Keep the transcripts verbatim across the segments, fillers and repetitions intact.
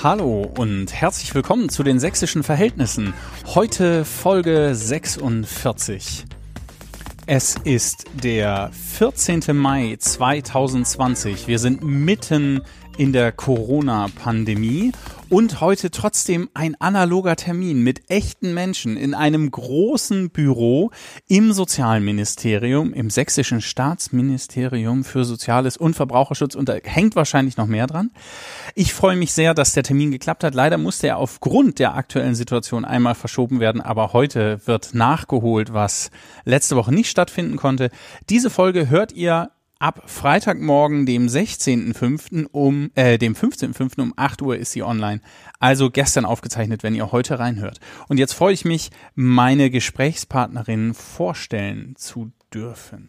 Hallo und herzlich willkommen zu den sächsischen Verhältnissen. Heute Folge sechsundvierzig. Es ist der vierzehnten Mai zweitausendzwanzig. Wir sind mitten in der Corona-Pandemie und heute trotzdem ein analoger Termin mit echten Menschen in einem großen Büro im Sozialministerium, im sächsischen Staatsministerium für Soziales und Verbraucherschutz, und da hängt wahrscheinlich noch mehr dran. Ich freue mich sehr, dass der Termin geklappt hat. Leider musste er aufgrund der aktuellen Situation einmal verschoben werden, aber heute wird nachgeholt, was letzte Woche nicht stattfinden konnte. Diese Folge hört ihr ab Freitagmorgen, dem sechzehnten fünften um, äh, dem fünfzehnten fünften um acht Uhr ist sie online. Also gestern aufgezeichnet, wenn ihr heute reinhört. Und jetzt freue ich mich, meine Gesprächspartnerin vorstellen zu dürfen.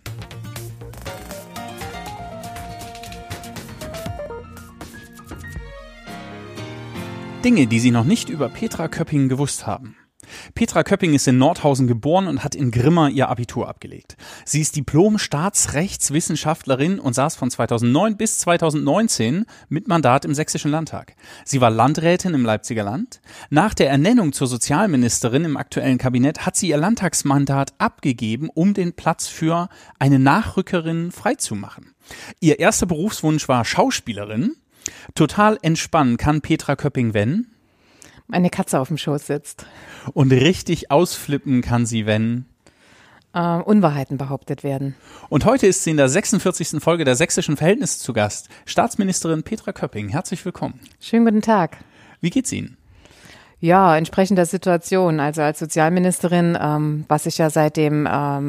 Dinge, die Sie noch nicht über Petra Köpping gewusst haben. Petra Köpping ist in Nordhausen geboren und hat in Grimma ihr Abitur abgelegt. Sie ist Diplom-Staatsrechtswissenschaftlerin und saß von zweitausendneun bis zweitausendneunzehn mit Mandat im Sächsischen Landtag. Sie war Landrätin im Leipziger Land. Nach der Ernennung zur Sozialministerin im aktuellen Kabinett hat sie ihr Landtagsmandat abgegeben, um den Platz für eine Nachrückerin freizumachen. Ihr erster Berufswunsch war Schauspielerin. Total entspannen kann Petra Köpping, wenn eine Katze auf dem Schoß sitzt. Und richtig ausflippen kann sie, wenn äh, Unwahrheiten behauptet werden. Und heute ist sie in der sechsundvierzigsten Folge der Sächsischen Verhältnisse zu Gast. Staatsministerin Petra Köpping, herzlich willkommen. Schönen guten Tag. Wie geht's Ihnen? Ja, entsprechend der Situation. Also als Sozialministerin, ähm, was ich ja seit dem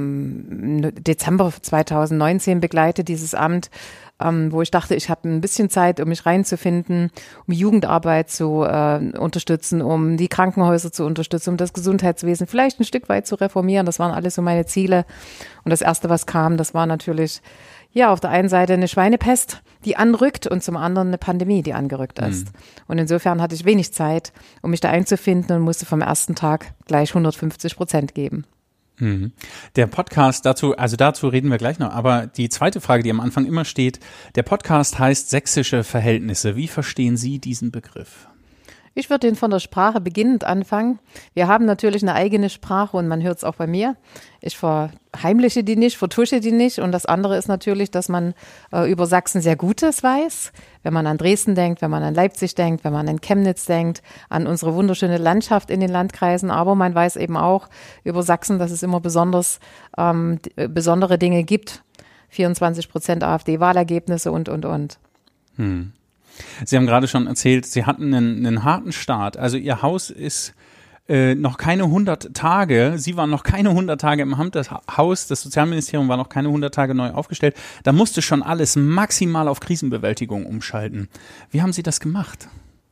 ähm, Dezember zweitausendneunzehn begleite, dieses Amt, ähm, wo ich dachte, ich habe ein bisschen Zeit, um mich reinzufinden, um Jugendarbeit zu äh, unterstützen, um die Krankenhäuser zu unterstützen, um das Gesundheitswesen vielleicht ein Stück weit zu reformieren. Das waren alles so meine Ziele. Und das Erste, was kam, das war natürlich ja auf der einen Seite eine Schweinepest, die anrückt, und zum anderen eine Pandemie, die angerückt ist. Mhm. Und insofern hatte ich wenig Zeit, um mich da einzufinden, und musste vom ersten Tag gleich hundertfünfzig Prozent geben. Mhm. Der Podcast dazu, also dazu reden wir gleich noch, aber die zweite Frage, die am Anfang immer steht, der Podcast heißt Sächsische Verhältnisse. Wie verstehen Sie diesen Begriff? Ich würde den von der Sprache beginnend anfangen. Wir haben natürlich eine eigene Sprache und man hört es auch bei mir. Ich verheimliche die nicht, vertusche die nicht. Und das andere ist natürlich, dass man äh, über Sachsen sehr Gutes weiß. Wenn man an Dresden denkt, wenn man an Leipzig denkt, wenn man an Chemnitz denkt, an unsere wunderschöne Landschaft in den Landkreisen. Aber man weiß eben auch über Sachsen, dass es immer besonders ähm, besondere Dinge gibt. vierundzwanzig Prozent AfD-Wahlergebnisse und, und, und. Hm. Sie haben gerade schon erzählt, Sie hatten einen, einen harten Start. Also Ihr Haus ist äh, noch keine hundert Tage, Sie waren noch keine hundert Tage im Amt, das Haus, das Sozialministerium war noch keine hundert Tage neu aufgestellt. Da musste schon alles maximal auf Krisenbewältigung umschalten. Wie haben Sie das gemacht?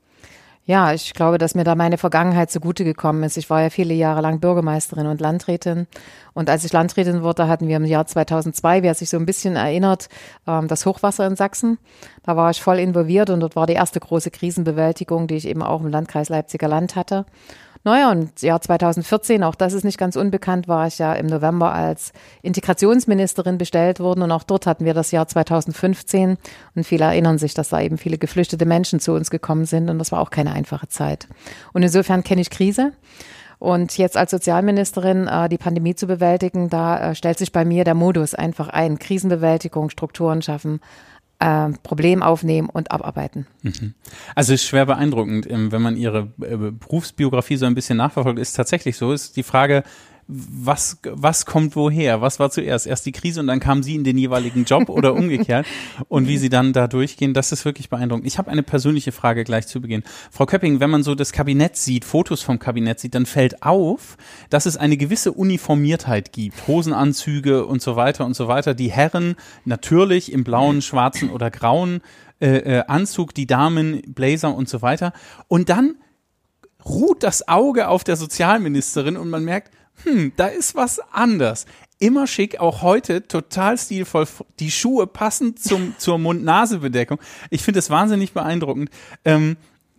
Ja, ich glaube, dass mir da meine Vergangenheit zugute gekommen ist. Ich war ja viele Jahre lang Bürgermeisterin und Landrätin. Und als ich Landrätin wurde, hatten wir im Jahr zweitausendzwei, wer sich so ein bisschen erinnert, das Hochwasser in Sachsen. Da war ich voll involviert und dort war die erste große Krisenbewältigung, die ich eben auch im Landkreis Leipziger Land hatte. Naja, und Jahr zweitausendvierzehn, auch das ist nicht ganz unbekannt, war ich ja im November als Integrationsministerin bestellt worden, und auch dort hatten wir das Jahr zweitausendfünfzehn, und viele erinnern sich, dass da eben viele geflüchtete Menschen zu uns gekommen sind, und das war auch keine einfache Zeit. Und insofern kenne ich Krise. Und jetzt als Sozialministerin äh, die Pandemie zu bewältigen, da äh, stellt sich bei mir der Modus einfach ein: Krisenbewältigung, Strukturen schaffen, Problem aufnehmen und abarbeiten. Also es ist schwer beeindruckend, wenn man Ihre Berufsbiografie so ein bisschen nachverfolgt, ist tatsächlich so, ist die Frage, was, was kommt woher? Was war zuerst? Erst die Krise und dann kamen Sie in den jeweiligen Job oder umgekehrt? Und wie Sie dann da durchgehen, das ist wirklich beeindruckend. Ich habe eine persönliche Frage gleich zu Beginn. Frau Köpping, wenn man so das Kabinett sieht, Fotos vom Kabinett sieht, dann fällt auf, dass es eine gewisse Uniformiertheit gibt. Hosenanzüge und so weiter und so weiter. Die Herren natürlich im blauen, schwarzen oder grauen äh, äh, Anzug, die Damen Blazer und so weiter. Und dann ruht das Auge auf der Sozialministerin und man merkt, hm, da ist was anders. Immer schick, auch heute total stilvoll, die Schuhe passend zum, zur Mund-Nase-Bedeckung. Ich finde es wahnsinnig beeindruckend. Ähm,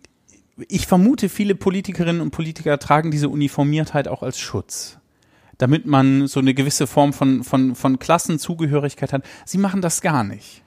ich vermute, viele Politikerinnen und Politiker tragen diese Uniformiertheit auch als Schutz, damit man so eine gewisse Form von, von, von Klassenzugehörigkeit hat. Sie machen das gar nicht.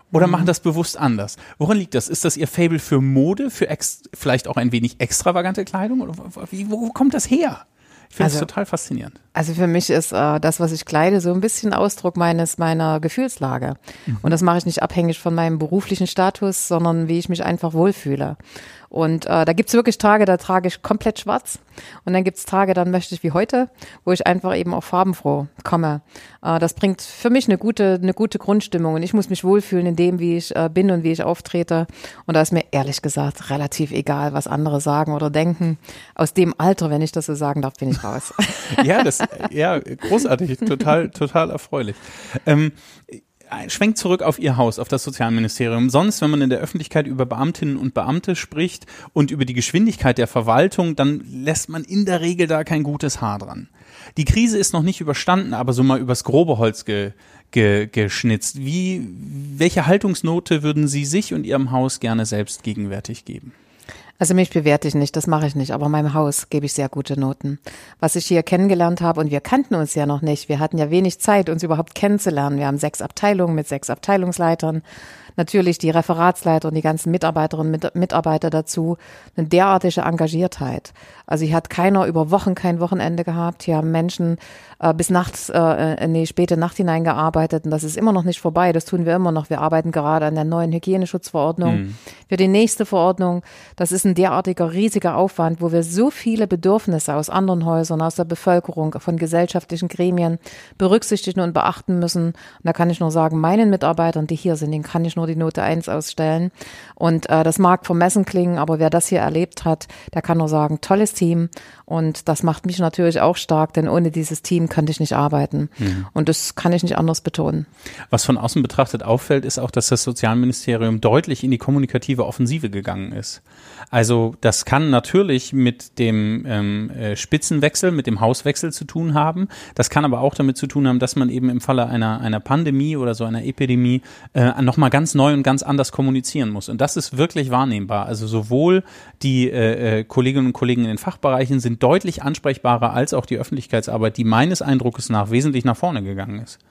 Oder machen das bewusst anders? Woran liegt das? Ist das Ihr Faible für Mode, für ex- vielleicht auch ein wenig extravagante Kleidung? Oder wie, wo kommt das her? Ich finde es Also- total faszinierend. Also für mich ist äh, das, was ich kleide, so ein bisschen Ausdruck meines meiner Gefühlslage. Und das mache ich nicht abhängig von meinem beruflichen Status, sondern wie ich mich einfach wohlfühle. Und äh, da gibt's wirklich Tage, da trage ich komplett schwarz. Und dann gibt's Tage, dann möchte ich wie heute, wo ich einfach eben auch farbenfroh komme. Äh, das bringt für mich eine gute, eine gute Grundstimmung. Und ich muss mich wohlfühlen in dem, wie ich äh, bin und wie ich auftrete. Und da ist mir ehrlich gesagt relativ egal, was andere sagen oder denken. Aus dem Alter, wenn ich das so sagen darf, bin ich raus. Ja, das, ja, großartig, total, total erfreulich. Ähm, Schwenkt zurück auf Ihr Haus, auf das Sozialministerium. Sonst, wenn man in der Öffentlichkeit über Beamtinnen und Beamte spricht und über die Geschwindigkeit der Verwaltung, dann lässt man in der Regel da kein gutes Haar dran. Die Krise ist noch nicht überstanden, aber so mal übers grobe Holz ge, ge, geschnitzt. Wie, welche Haltungsnote würden Sie sich und Ihrem Haus gerne selbst gegenwärtig geben? Also mich bewerte ich nicht, das mache ich nicht, aber meinem Haus gebe ich sehr gute Noten. Was ich hier kennengelernt habe, und wir kannten uns ja noch nicht, wir hatten ja wenig Zeit, uns überhaupt kennenzulernen. Wir haben sechs Abteilungen mit sechs Abteilungsleitern, natürlich die Referatsleiter und die ganzen Mitarbeiterinnen und Mitarbeiter dazu, eine derartige Engagiertheit. Also hier hat keiner über Wochen kein Wochenende gehabt, hier haben Menschen äh, bis nachts, äh, nee, späte Nacht hinein gearbeitet und das ist immer noch nicht vorbei, das tun wir immer noch. Wir arbeiten gerade an der neuen Hygieneschutzverordnung mhm. für die nächste Verordnung. Das ist ein derartiger riesiger Aufwand, wo wir so viele Bedürfnisse aus anderen Häusern, aus der Bevölkerung, von gesellschaftlichen Gremien berücksichtigen und beachten müssen. Und da kann ich nur sagen, meinen Mitarbeitern, die hier sind, denen kann ich nur die Note eins ausstellen. Und äh, das mag vermessen klingen, aber wer das hier erlebt hat, der kann nur sagen, tolles Team. Und das macht mich natürlich auch stark, denn ohne dieses Team könnte ich nicht arbeiten. Mhm. Und das kann ich nicht anders betonen. Was von außen betrachtet auffällt, ist auch, dass das Sozialministerium deutlich in die kommunikative Offensive gegangen ist. Also das kann natürlich mit dem ähm, Spitzenwechsel, mit dem Hauswechsel zu tun haben. Das kann aber auch damit zu tun haben, dass man eben im Falle einer, einer Pandemie oder so einer Epidemie äh, nochmal ganz neu und ganz anders kommunizieren muss. Und das ist wirklich wahrnehmbar. Also sowohl die äh, Kolleginnen und Kollegen in den Fachbereichen sind deutlich ansprechbarer als auch die Öffentlichkeitsarbeit, die meines Eindrucks nach wesentlich nach vorne gegangen ist.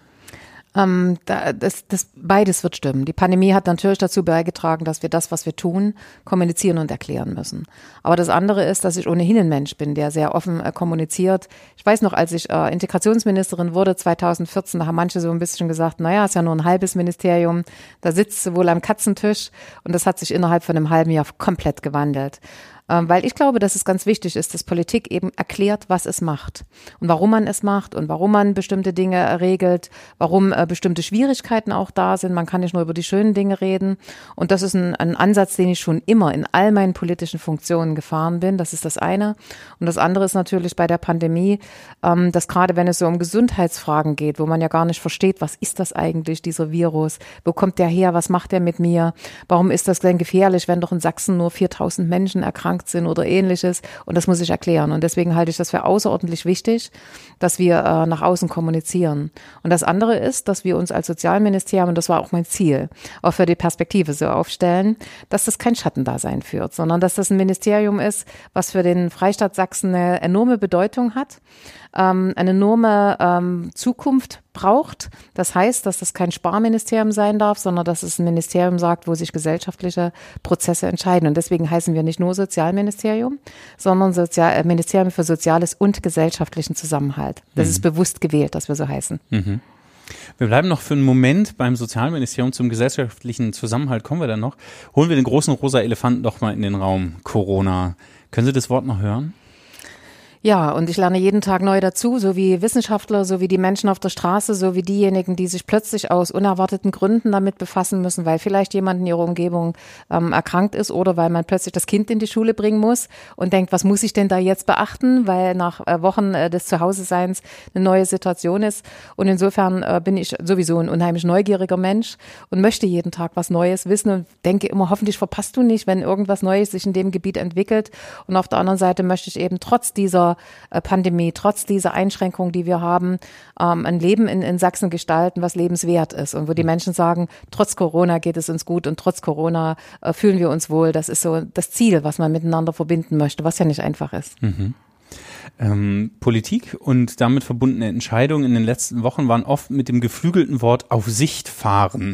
Ähm, da, das, das, beides wird stimmen. Die Pandemie hat natürlich dazu beigetragen, dass wir das, was wir tun, kommunizieren und erklären müssen. Aber das andere ist, dass ich ohnehin ein Mensch bin, der sehr offen äh, kommuniziert. Ich weiß noch, als ich äh, Integrationsministerin wurde zweitausendvierzehn, da haben manche so ein bisschen gesagt, naja, ist ja nur ein halbes Ministerium, da sitzt sie wohl am Katzentisch und das hat sich innerhalb von einem halben Jahr komplett gewandelt. Weil ich glaube, dass es ganz wichtig ist, dass Politik eben erklärt, was es macht und warum man es macht und warum man bestimmte Dinge regelt, warum äh, bestimmte Schwierigkeiten auch da sind. Man kann nicht nur über die schönen Dinge reden. Und das ist ein, ein Ansatz, den ich schon immer in all meinen politischen Funktionen gefahren bin. Das ist das eine. Und das andere ist natürlich bei der Pandemie, ähm, dass gerade wenn es so um Gesundheitsfragen geht, wo man ja gar nicht versteht, was ist das eigentlich, dieser Virus? Wo kommt der her? Was macht der mit mir? Warum ist das denn gefährlich, wenn doch in Sachsen nur viertausend Menschen erkrankt sind oder ähnliches, und das muss ich erklären. Und deswegen halte ich das für außerordentlich wichtig, dass wir äh, nach außen kommunizieren. Und das andere ist, dass wir uns als Sozialministerium, und das war auch mein Ziel, auch für die Perspektive so aufstellen, dass das kein Schattendasein führt, sondern dass das ein Ministerium ist, was für den Freistaat Sachsen eine enorme Bedeutung hat, ähm, eine enorme ähm, Zukunft braucht. Das heißt, dass das kein Sparministerium sein darf, sondern dass es ein Ministerium sagt, wo sich gesellschaftliche Prozesse entscheiden. Und deswegen heißen wir nicht nur Sozialministerium, sondern Sozial- äh, Ministerium für Soziales und gesellschaftlichen Zusammenhalt. Das mhm. ist bewusst gewählt, dass wir so heißen. Mhm. Wir bleiben noch für einen Moment beim Sozialministerium. Zum gesellschaftlichen Zusammenhalt kommen wir dann noch. Holen wir den großen rosa Elefanten doch mal in den Raum. Corona. Können Sie das Wort noch hören? Ja, und ich lerne jeden Tag neu dazu, so wie Wissenschaftler, so wie die Menschen auf der Straße, so wie diejenigen, die sich plötzlich aus unerwarteten Gründen damit befassen müssen, weil vielleicht jemand in ihrer Umgebung ähm, erkrankt ist oder weil man plötzlich das Kind in die Schule bringen muss und denkt, was muss ich denn da jetzt beachten, weil nach äh, Wochen äh, des Zuhause-Seins eine neue Situation ist. Und insofern äh, bin ich sowieso ein unheimlich neugieriger Mensch und möchte jeden Tag was Neues wissen und denke immer, hoffentlich verpasst du nicht, wenn irgendwas Neues sich in dem Gebiet entwickelt. Und auf der anderen Seite möchte ich eben trotz dieser Pandemie, trotz dieser Einschränkungen, die wir haben, ähm, ein Leben in, in Sachsen gestalten, was lebenswert ist und wo die Menschen sagen, trotz Corona geht es uns gut und trotz Corona äh, fühlen wir uns wohl. Das ist so das Ziel, was man miteinander verbinden möchte, was ja nicht einfach ist. Mhm. Ähm, Politik und damit verbundene Entscheidungen in den letzten Wochen waren oft mit dem geflügelten Wort auf Sicht fahren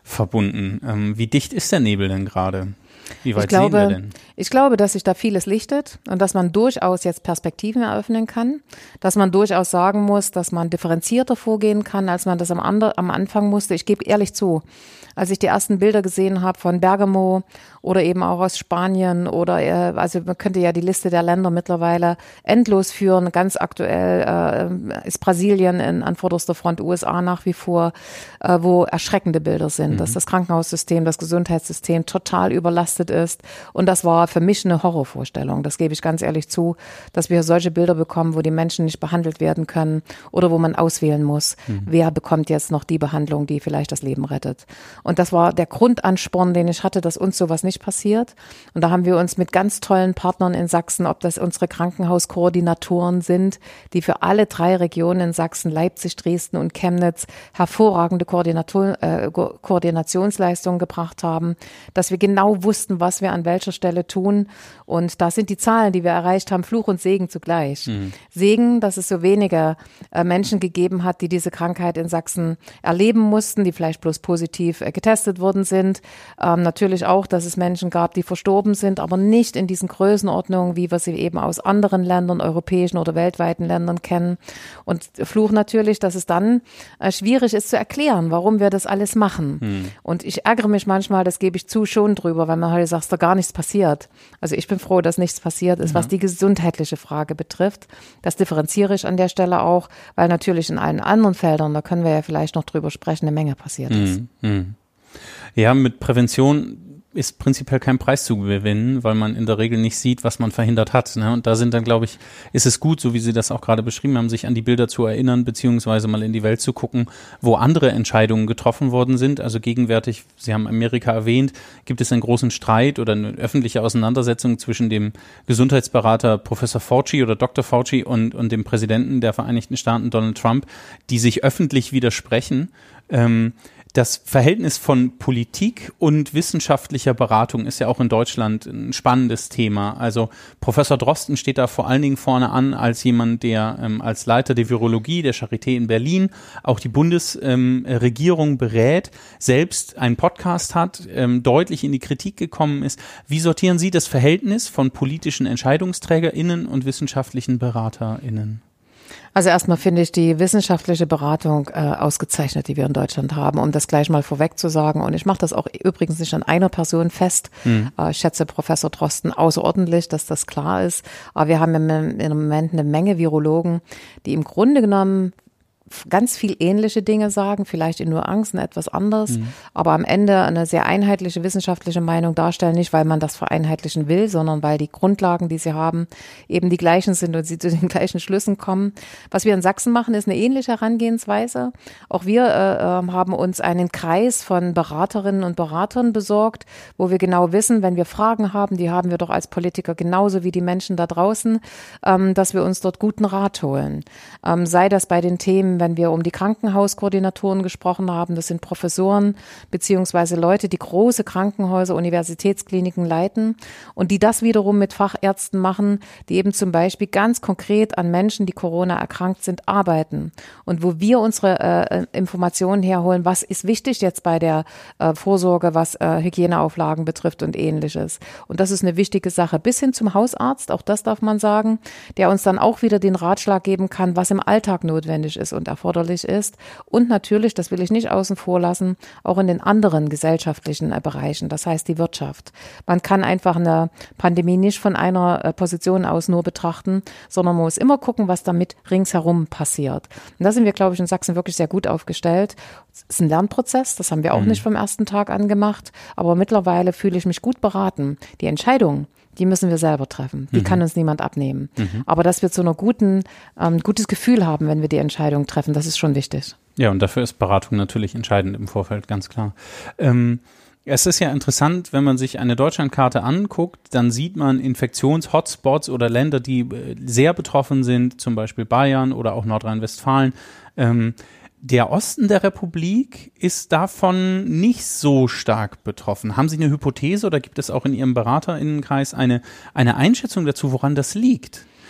verbunden. Ähm, wie dicht ist der Nebel denn gerade? Wie weit ich glaube, sehen wir denn? Ich glaube, dass sich da vieles lichtet und dass man durchaus jetzt Perspektiven eröffnen kann, dass man durchaus sagen muss, dass man differenzierter vorgehen kann, als man das am, ander, am Anfang musste. Ich gebe ehrlich zu, als ich die ersten Bilder gesehen habe von Bergamo oder eben auch aus Spanien oder, äh, also man könnte ja die Liste der Länder mittlerweile endlos führen. Ganz aktuell äh, ist Brasilien in, an vorderster Front, U S A nach wie vor, äh, wo erschreckende Bilder sind, mhm. dass das Krankenhaussystem, das Gesundheitssystem total überlastet ist. Und das war für mich eine Horrorvorstellung. Das gebe ich ganz ehrlich zu, dass wir solche Bilder bekommen, wo die Menschen nicht behandelt werden können oder wo man auswählen muss, mhm. wer bekommt jetzt noch die Behandlung, die vielleicht das Leben rettet. Und das war der Grundansporn, den ich hatte, dass uns sowas nicht passiert. Und da haben wir uns mit ganz tollen Partnern in Sachsen, ob das unsere Krankenhauskoordinatoren sind, die für alle drei Regionen in Sachsen, Leipzig, Dresden und Chemnitz hervorragende Koordinator, äh, Koordinationsleistungen gebracht haben, dass wir genau wussten, was wir an welcher Stelle tun. Und da sind die Zahlen, die wir erreicht haben, Fluch und Segen zugleich. Mhm. Segen, dass es so wenige äh, Menschen gegeben hat, die diese Krankheit in Sachsen erleben mussten, die vielleicht bloß positiv äh, getestet worden sind. Ähm, natürlich auch, dass es Menschen gab, die verstorben sind, aber nicht in diesen Größenordnungen, wie wir sie eben aus anderen Ländern, europäischen oder weltweiten Ländern kennen. Und Fluch natürlich, dass es dann äh, schwierig ist zu erklären, warum wir das alles machen. Mhm. Und ich ärgere mich manchmal, das gebe ich zu, schon drüber, weil man halt sagt, da gar nichts passiert. Also ich bin froh, dass nichts passiert ist, ja. was die gesundheitliche Frage betrifft. Das differenziere ich an der Stelle auch, weil natürlich in allen anderen Feldern, da können wir ja vielleicht noch drüber sprechen, eine Menge passiert ist. Mhm. Ja, mit Prävention ist prinzipiell kein Preis zu gewinnen, weil man in der Regel nicht sieht, was man verhindert hat. Ne? Und da sind dann, glaube ich, ist es gut, so wie Sie das auch gerade beschrieben haben, sich an die Bilder zu erinnern, beziehungsweise mal in die Welt zu gucken, wo andere Entscheidungen getroffen worden sind. Also gegenwärtig, Sie haben Amerika erwähnt, gibt es einen großen Streit oder eine öffentliche Auseinandersetzung zwischen dem Gesundheitsberater Professor Fauci oder Doktor Fauci und, und dem Präsidenten der Vereinigten Staaten, Donald Trump, die sich öffentlich widersprechen. Ähm, Das Verhältnis von Politik und wissenschaftlicher Beratung ist ja auch in Deutschland ein spannendes Thema. Also Professor Drosten steht da vor allen Dingen vorne an als jemand, der ähm, als Leiter der Virologie der Charité in Berlin auch die Bundesregierung ähm, berät, selbst einen Podcast hat, ähm, deutlich in die Kritik gekommen ist. Wie sortieren Sie das Verhältnis von politischen EntscheidungsträgerInnen und wissenschaftlichen BeraterInnen? Also erstmal finde ich die wissenschaftliche Beratung äh, ausgezeichnet, die wir in Deutschland haben, um das gleich mal vorweg zu sagen. Und ich mache das auch übrigens nicht an einer Person fest. Mhm. Äh, ich schätze Professor Drosten außerordentlich, dass das klar ist. Aber wir haben im, im Moment eine Menge Virologen, die im Grunde genommen ganz viel ähnliche Dinge sagen, vielleicht in Nuancen etwas anders, mhm. aber am Ende eine sehr einheitliche wissenschaftliche Meinung darstellen, nicht weil man das vereinheitlichen will, sondern weil die Grundlagen, die sie haben, eben die gleichen sind und sie zu den gleichen Schlüssen kommen. Was wir in Sachsen machen, ist eine ähnliche Herangehensweise. Auch wir äh, haben uns einen Kreis von Beraterinnen und Beratern besorgt, wo wir genau wissen, wenn wir Fragen haben, die haben wir doch als Politiker genauso wie die Menschen da draußen, ähm, dass wir uns dort guten Rat holen. Ähm, sei das bei den Themen, wenn wir um die Krankenhauskoordinatoren gesprochen haben, das sind Professoren beziehungsweise Leute, die große Krankenhäuser, Universitätskliniken leiten und die das wiederum mit Fachärzten machen, die eben zum Beispiel ganz konkret an Menschen, die Corona erkrankt sind, arbeiten. Und wo wir unsere äh, Informationen herholen, was ist wichtig jetzt bei der äh, Vorsorge, was äh, Hygieneauflagen betrifft und Ähnliches. Und das ist eine wichtige Sache. Bis hin zum Hausarzt, auch das darf man sagen, der uns dann auch wieder den Ratschlag geben kann, was im Alltag notwendig ist und erforderlich ist. Und natürlich, das will ich nicht außen vor lassen, auch in den anderen gesellschaftlichen äh, Bereichen, das heißt die Wirtschaft. Man kann einfach eine Pandemie nicht von einer äh, Position aus nur betrachten, sondern man muss immer gucken, was damit ringsherum passiert. Und da sind wir, glaube ich, in Sachsen wirklich sehr gut aufgestellt. Es ist ein Lernprozess, das haben wir auch mhm. nicht vom ersten Tag an gemacht, aber mittlerweile fühle ich mich gut beraten. Die Entscheidung, die müssen wir selber treffen. Die mhm. kann uns niemand abnehmen. Mhm. Aber dass wir zu einer guten, ähm, gutes Gefühl haben, wenn wir die Entscheidung treffen, das ist schon wichtig. Ja, und dafür ist Beratung natürlich entscheidend im Vorfeld, ganz klar. Ähm, es ist ja interessant, wenn man sich eine Deutschlandkarte anguckt, dann sieht man Infektions-Hotspots oder Länder, die sehr betroffen sind, zum Beispiel Bayern oder auch Nordrhein-Westfalen. Ähm, Der Osten der Republik ist davon nicht so stark betroffen. Haben Sie eine Hypothese oder gibt es auch in Ihrem BeraterInnenkreis eine, eine Einschätzung dazu, woran das liegt?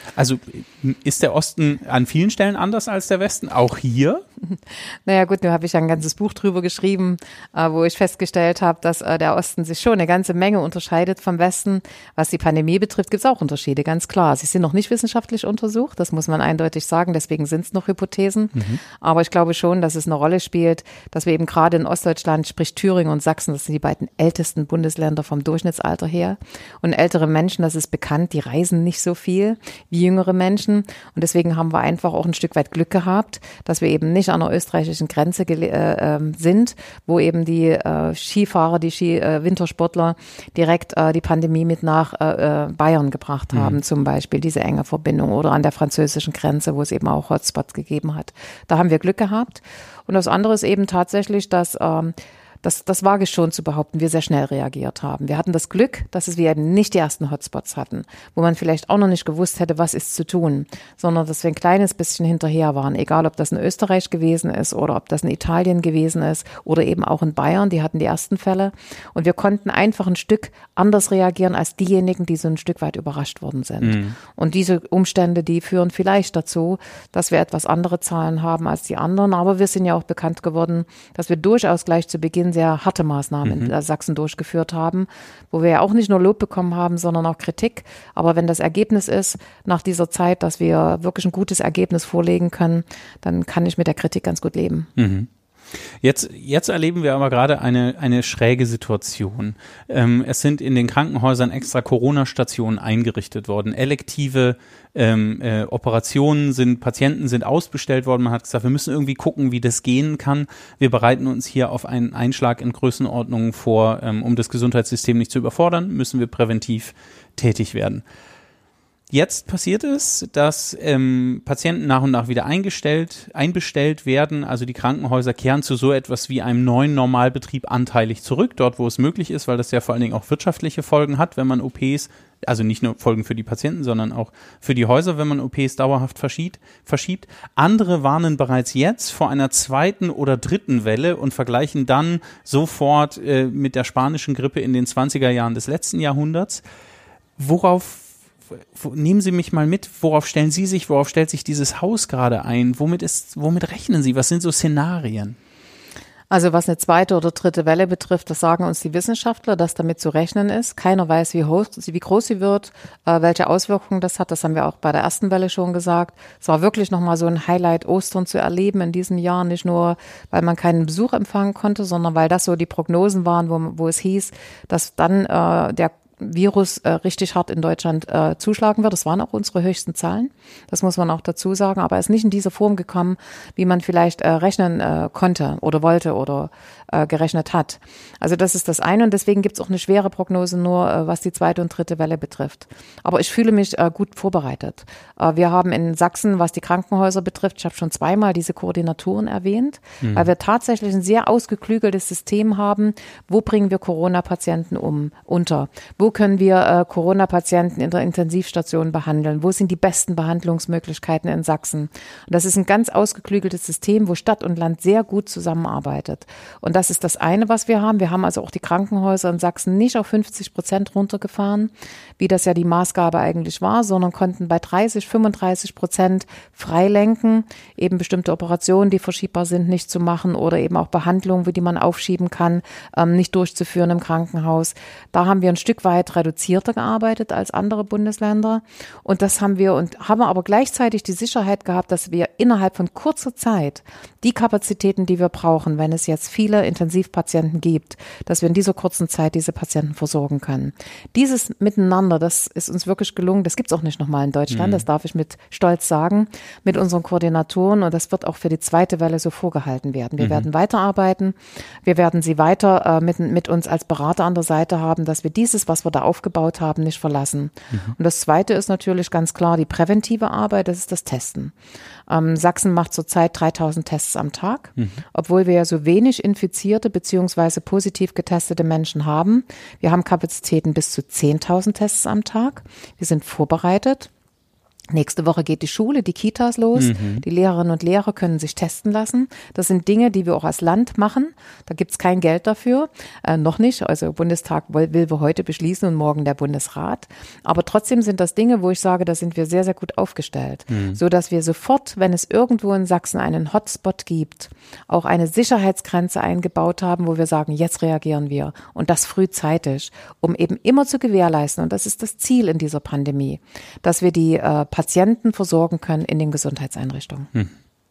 Also ist der Osten an vielen Stellen anders als der Westen, auch hier? Naja gut, da habe ich ja ein ganzes Buch drüber geschrieben, äh, wo ich festgestellt habe, dass äh, der Osten sich schon eine ganze Menge unterscheidet vom Westen. Was die Pandemie betrifft, gibt es auch Unterschiede, ganz klar. Sie sind noch nicht wissenschaftlich untersucht, das muss man eindeutig sagen, deswegen sind es noch Hypothesen. Mhm. Aber ich glaube schon, dass es eine Rolle spielt, dass wir eben gerade in Ostdeutschland, sprich Thüringen und Sachsen, das sind die beiden ältesten Bundesländer vom Durchschnittsalter her. Und ältere Menschen, das ist bekannt, die reisen nicht so viel wie jüngere Menschen. Und deswegen haben wir einfach auch ein Stück weit Glück gehabt, dass wir eben nicht an der österreichischen Grenze äh, sind, wo eben die äh, Skifahrer, die Ski, äh, Wintersportler direkt äh, die Pandemie mit nach äh, Bayern gebracht haben, mhm. zum Beispiel diese enge Verbindung, oder an der französischen Grenze, wo es eben auch Hotspots gegeben hat. Da haben wir Glück gehabt. Und das andere ist eben tatsächlich, dass ähm, Das, das wage ich schon zu behaupten, wir sehr schnell reagiert haben. Wir hatten das Glück, dass es wir eben nicht die ersten Hotspots hatten, wo man vielleicht auch noch nicht gewusst hätte, was ist zu tun, sondern dass wir ein kleines bisschen hinterher waren, egal ob das in Österreich gewesen ist oder ob das in Italien gewesen ist oder eben auch in Bayern, die hatten die ersten Fälle. Und wir konnten einfach ein Stück anders reagieren als diejenigen, die so ein Stück weit überrascht worden sind. Mhm. Und diese Umstände, die führen vielleicht dazu, dass wir etwas andere Zahlen haben als die anderen. Aber wir sind ja auch bekannt geworden, dass wir durchaus gleich zu Beginn sehr harte Maßnahmen mhm. in Sachsen durchgeführt haben, wo wir ja auch nicht nur Lob bekommen haben, sondern auch Kritik. Aber wenn das Ergebnis ist, nach dieser Zeit, dass wir wirklich ein gutes Ergebnis vorlegen können, dann kann ich mit der Kritik ganz gut leben. Mhm. Jetzt, jetzt erleben wir aber gerade eine, eine schräge Situation. Ähm, es sind in den Krankenhäusern extra Corona-Stationen eingerichtet worden. Elektive ähm, äh, Operationen sind, Patienten sind ausbestellt worden. Man hat gesagt, wir müssen irgendwie gucken, wie das gehen kann. Wir bereiten uns hier auf einen Einschlag in Größenordnungen vor. Ähm, um das Gesundheitssystem nicht zu überfordern, müssen wir präventiv tätig werden. Jetzt passiert es, dass ähm, Patienten nach und nach wieder eingestellt, einbestellt werden. Also die Krankenhäuser kehren zu so etwas wie einem neuen Normalbetrieb anteilig zurück, dort wo es möglich ist, weil das ja vor allen Dingen auch wirtschaftliche Folgen hat, wenn man O Ps, also nicht nur Folgen für die Patienten, sondern auch für die Häuser, wenn man O Ps dauerhaft verschiebt. verschiebt. Andere warnen bereits jetzt vor einer zweiten oder dritten Welle und vergleichen dann sofort äh, mit der spanischen Grippe in den zwanziger Jahren des letzten Jahrhunderts. Worauf Nehmen Sie mich mal mit, worauf stellen Sie sich, worauf stellt sich dieses Haus gerade ein? Womit ist, womit rechnen Sie? Was sind so Szenarien? Also was eine zweite oder dritte Welle betrifft, das sagen uns die Wissenschaftler, dass damit zu rechnen ist. Keiner weiß, wie hoch, wie groß sie wird, äh, welche Auswirkungen das hat. Das haben wir auch bei der ersten Welle schon gesagt. Es war wirklich nochmal so ein Highlight, Ostern zu erleben in diesem Jahr. Nicht nur, weil man keinen Besuch empfangen konnte, sondern weil das so die Prognosen waren, wo, wo es hieß, dass dann äh, der Virus äh, richtig hart in Deutschland äh, zuschlagen wird. Das waren auch unsere höchsten Zahlen. Das muss man auch dazu sagen. Aber er ist nicht in dieser Form gekommen, wie man vielleicht äh, rechnen äh, konnte oder wollte oder äh, gerechnet hat. Also das ist das eine. Und deswegen gibt es auch eine schwere Prognose nur, äh, was die zweite und dritte Welle betrifft. Aber ich fühle mich äh, gut vorbereitet. Äh, wir haben in Sachsen, was die Krankenhäuser betrifft, ich habe schon zweimal diese Koordinatoren erwähnt, mhm. weil wir tatsächlich ein sehr ausgeklügeltes System haben. Wo bringen wir Corona-Patienten um unter? Wo können wir äh, Corona-Patienten in der Intensivstation behandeln? Wo sind die besten Behandlungsmöglichkeiten in Sachsen? Und das ist ein ganz ausgeklügeltes System, wo Stadt und Land sehr gut zusammenarbeitet. Und das ist das eine, was wir haben. Wir haben also auch die Krankenhäuser in Sachsen nicht auf fünfzig Prozent runtergefahren, wie das ja die Maßgabe eigentlich war, sondern konnten bei dreißig, fünfunddreißig Prozent freilenken, eben bestimmte Operationen, die verschiebbar sind, nicht zu machen oder eben auch Behandlungen, die man aufschieben kann, ähm, nicht durchzuführen im Krankenhaus. Da haben wir ein Stück weit reduzierter gearbeitet als andere Bundesländer. Und das haben wir und haben aber gleichzeitig die Sicherheit gehabt, dass wir innerhalb von kurzer Zeit die Kapazitäten, die wir brauchen, wenn es jetzt viele Intensivpatienten gibt, dass wir in dieser kurzen Zeit diese Patienten versorgen können. Dieses Miteinander, das ist uns wirklich gelungen. Das gibt es auch nicht nochmal in Deutschland, mhm. das darf ich mit Stolz sagen, mit unseren Koordinatoren. Und das wird auch für die zweite Welle so vorgehalten werden. Wir mhm. werden weiterarbeiten. Wir werden sie weiter äh, mit, mit uns als Berater an der Seite haben, dass wir dieses, was wir da aufgebaut haben, nicht verlassen. Mhm. Und das Zweite ist natürlich ganz klar die präventive Arbeit, das ist das Testen. Ähm, Sachsen macht zurzeit dreitausend Tests am Tag, mhm. obwohl wir ja so wenig infizierte bzw. positiv getestete Menschen haben. Wir haben Kapazitäten bis zu zehntausend Tests am Tag. Wir sind vorbereitet. Nächste Woche geht die Schule, die Kitas los. Mhm. Die Lehrerinnen und Lehrer können sich testen lassen. Das sind Dinge, die wir auch als Land machen. Da gibt es kein Geld dafür. Äh, noch nicht. Also Bundestag will, will wir heute beschließen und morgen der Bundesrat. Aber trotzdem sind das Dinge, wo ich sage, da sind wir sehr, sehr gut aufgestellt. Mhm. So dass wir sofort, wenn es irgendwo in Sachsen einen Hotspot gibt, auch eine Sicherheitsgrenze eingebaut haben, wo wir sagen, jetzt reagieren wir. Und das frühzeitig, um eben immer zu gewährleisten. Und das ist das Ziel in dieser Pandemie, dass wir die äh, Patienten versorgen können in den Gesundheitseinrichtungen. Hm.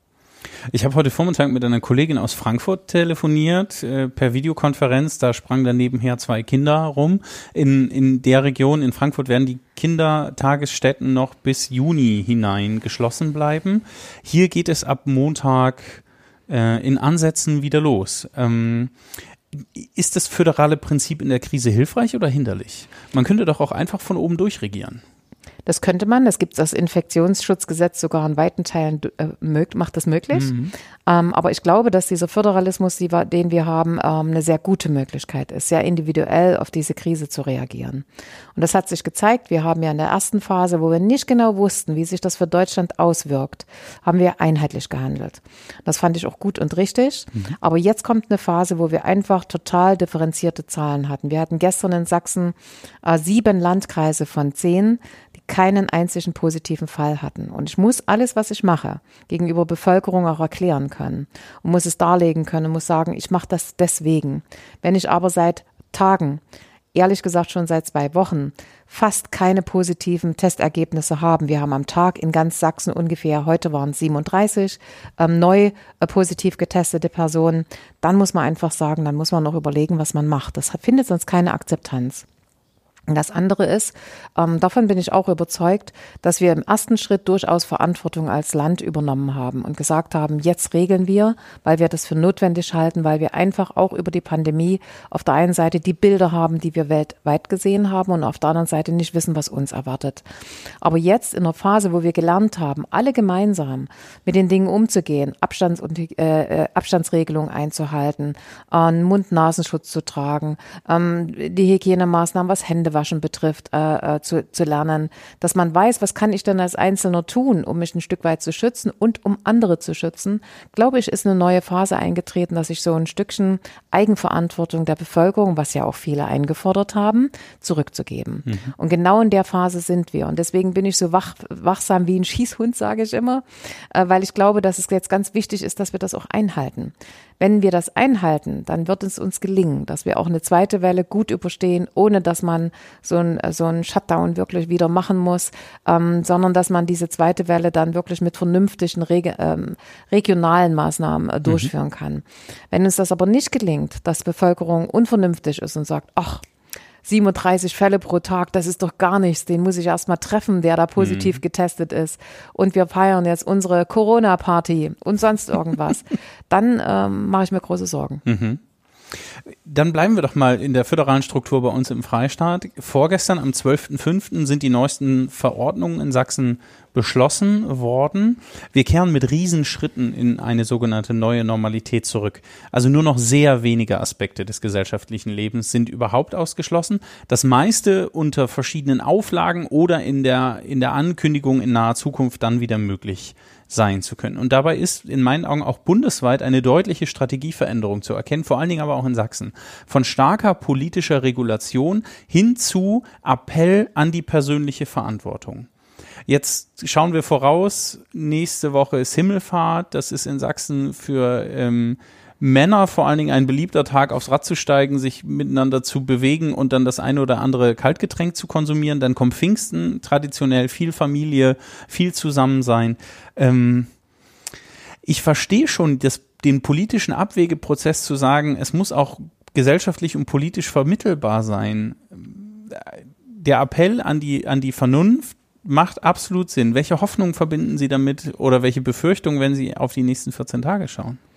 Ich habe heute Vormittag mit einer Kollegin aus Frankfurt telefoniert, äh, per Videokonferenz. Da sprangen dann nebenher zwei Kinder rum. In, in der Region, in Frankfurt, werden die Kindertagesstätten noch bis Juni hinein geschlossen bleiben. Hier geht es ab Montag äh, in Ansätzen wieder los. Ähm, ist das föderale Prinzip in der Krise hilfreich oder hinderlich? Man könnte doch auch einfach von oben durchregieren. Das könnte man, das gibt es das Infektionsschutzgesetz sogar in weiten Teilen, äh, macht das möglich. Mhm. Ähm, aber ich glaube, dass dieser Föderalismus, die, den wir haben, ähm, eine sehr gute Möglichkeit ist, sehr individuell auf diese Krise zu reagieren. Und das hat sich gezeigt, wir haben ja in der ersten Phase, wo wir nicht genau wussten, wie sich das für Deutschland auswirkt, haben wir einheitlich gehandelt. Das fand ich auch gut und richtig. Mhm. Aber jetzt kommt eine Phase, wo wir einfach total differenzierte Zahlen hatten. Wir hatten gestern in Sachsen äh, sieben Landkreise von zehn, die keinen einzigen positiven Fall hatten. Und ich muss alles, was ich mache, gegenüber Bevölkerung auch erklären können und muss es darlegen können und muss sagen, ich mache das deswegen. Wenn ich aber seit Tagen, ehrlich gesagt schon seit zwei Wochen, fast keine positiven Testergebnisse haben. Wir haben am Tag in ganz Sachsen ungefähr, heute waren es siebenunddreißig, ähm, neu äh, positiv getestete Personen. Dann muss man einfach sagen, dann muss man noch überlegen, was man macht. Das findet sonst keine Akzeptanz. Das andere ist, ähm, davon bin ich auch überzeugt, dass wir im ersten Schritt durchaus Verantwortung als Land übernommen haben und gesagt haben, jetzt regeln wir, weil wir das für notwendig halten, weil wir einfach auch über die Pandemie auf der einen Seite die Bilder haben, die wir weltweit gesehen haben und auf der anderen Seite nicht wissen, was uns erwartet. Aber jetzt in einer Phase, wo wir gelernt haben, alle gemeinsam mit den Dingen umzugehen, Abstands- und äh, Abstandsregelungen einzuhalten, äh, Mund-Nasenschutz zu tragen, ähm, die Hygienemaßnahmen, was Hände Waschen betrifft, äh, äh, zu, zu lernen, dass man weiß, was kann ich denn als Einzelner tun, um mich ein Stück weit zu schützen und um andere zu schützen, glaube ich, ist eine neue Phase eingetreten, dass ich so ein Stückchen Eigenverantwortung der Bevölkerung, was ja auch viele eingefordert haben, zurückzugeben. Mhm. Und genau in der Phase sind wir. Und deswegen bin ich so wach, wachsam wie ein Schießhund, sage ich immer, äh, weil ich glaube, dass es jetzt ganz wichtig ist, dass wir das auch einhalten. Wenn wir das einhalten, dann wird es uns gelingen, dass wir auch eine zweite Welle gut überstehen, ohne dass man so ein so ein Shutdown wirklich wieder machen muss, ähm, sondern dass man diese zweite Welle dann wirklich mit vernünftigen Reg- ähm, regionalen Maßnahmen äh, durchführen mhm. kann. Wenn uns das aber nicht gelingt, dass Bevölkerung unvernünftig ist und sagt, ach, siebenunddreißig Fälle pro Tag, das ist doch gar nichts, den muss ich erst mal treffen, der da positiv mhm. getestet ist und wir feiern jetzt unsere Corona-Party und sonst irgendwas, dann ähm, mache ich mir große Sorgen. Mhm. Dann bleiben wir doch mal in der föderalen Struktur bei uns im Freistaat. Vorgestern am zwölften fünften sind die neuesten Verordnungen in Sachsen beschlossen worden. Wir kehren mit Riesenschritten in eine sogenannte neue Normalität zurück. Also nur noch sehr wenige Aspekte des gesellschaftlichen Lebens sind überhaupt ausgeschlossen. Das meiste unter verschiedenen Auflagen oder in der, in der Ankündigung in naher Zukunft dann wieder möglich sein zu können. Und dabei ist in meinen Augen auch bundesweit eine deutliche Strategieveränderung zu erkennen, vor allen Dingen aber auch in Sachsen. Von starker politischer Regulation hin zu Appell an die persönliche Verantwortung. Jetzt schauen wir voraus, nächste Woche ist Himmelfahrt, das ist in Sachsen für ähm, Männer vor allen Dingen ein beliebter Tag, aufs Rad zu steigen, sich miteinander zu bewegen und dann das eine oder andere Kaltgetränk zu konsumieren. Dann kommt Pfingsten, traditionell viel Familie, viel Zusammensein. Ähm, ich verstehe schon das, den politischen Abwägeprozess zu sagen, es muss auch gesellschaftlich und politisch vermittelbar sein. Der Appell an die, an die Vernunft macht absolut Sinn. Welche Hoffnungen verbinden Sie damit oder welche Befürchtungen, wenn Sie auf die nächsten vierzehn Tage schauen?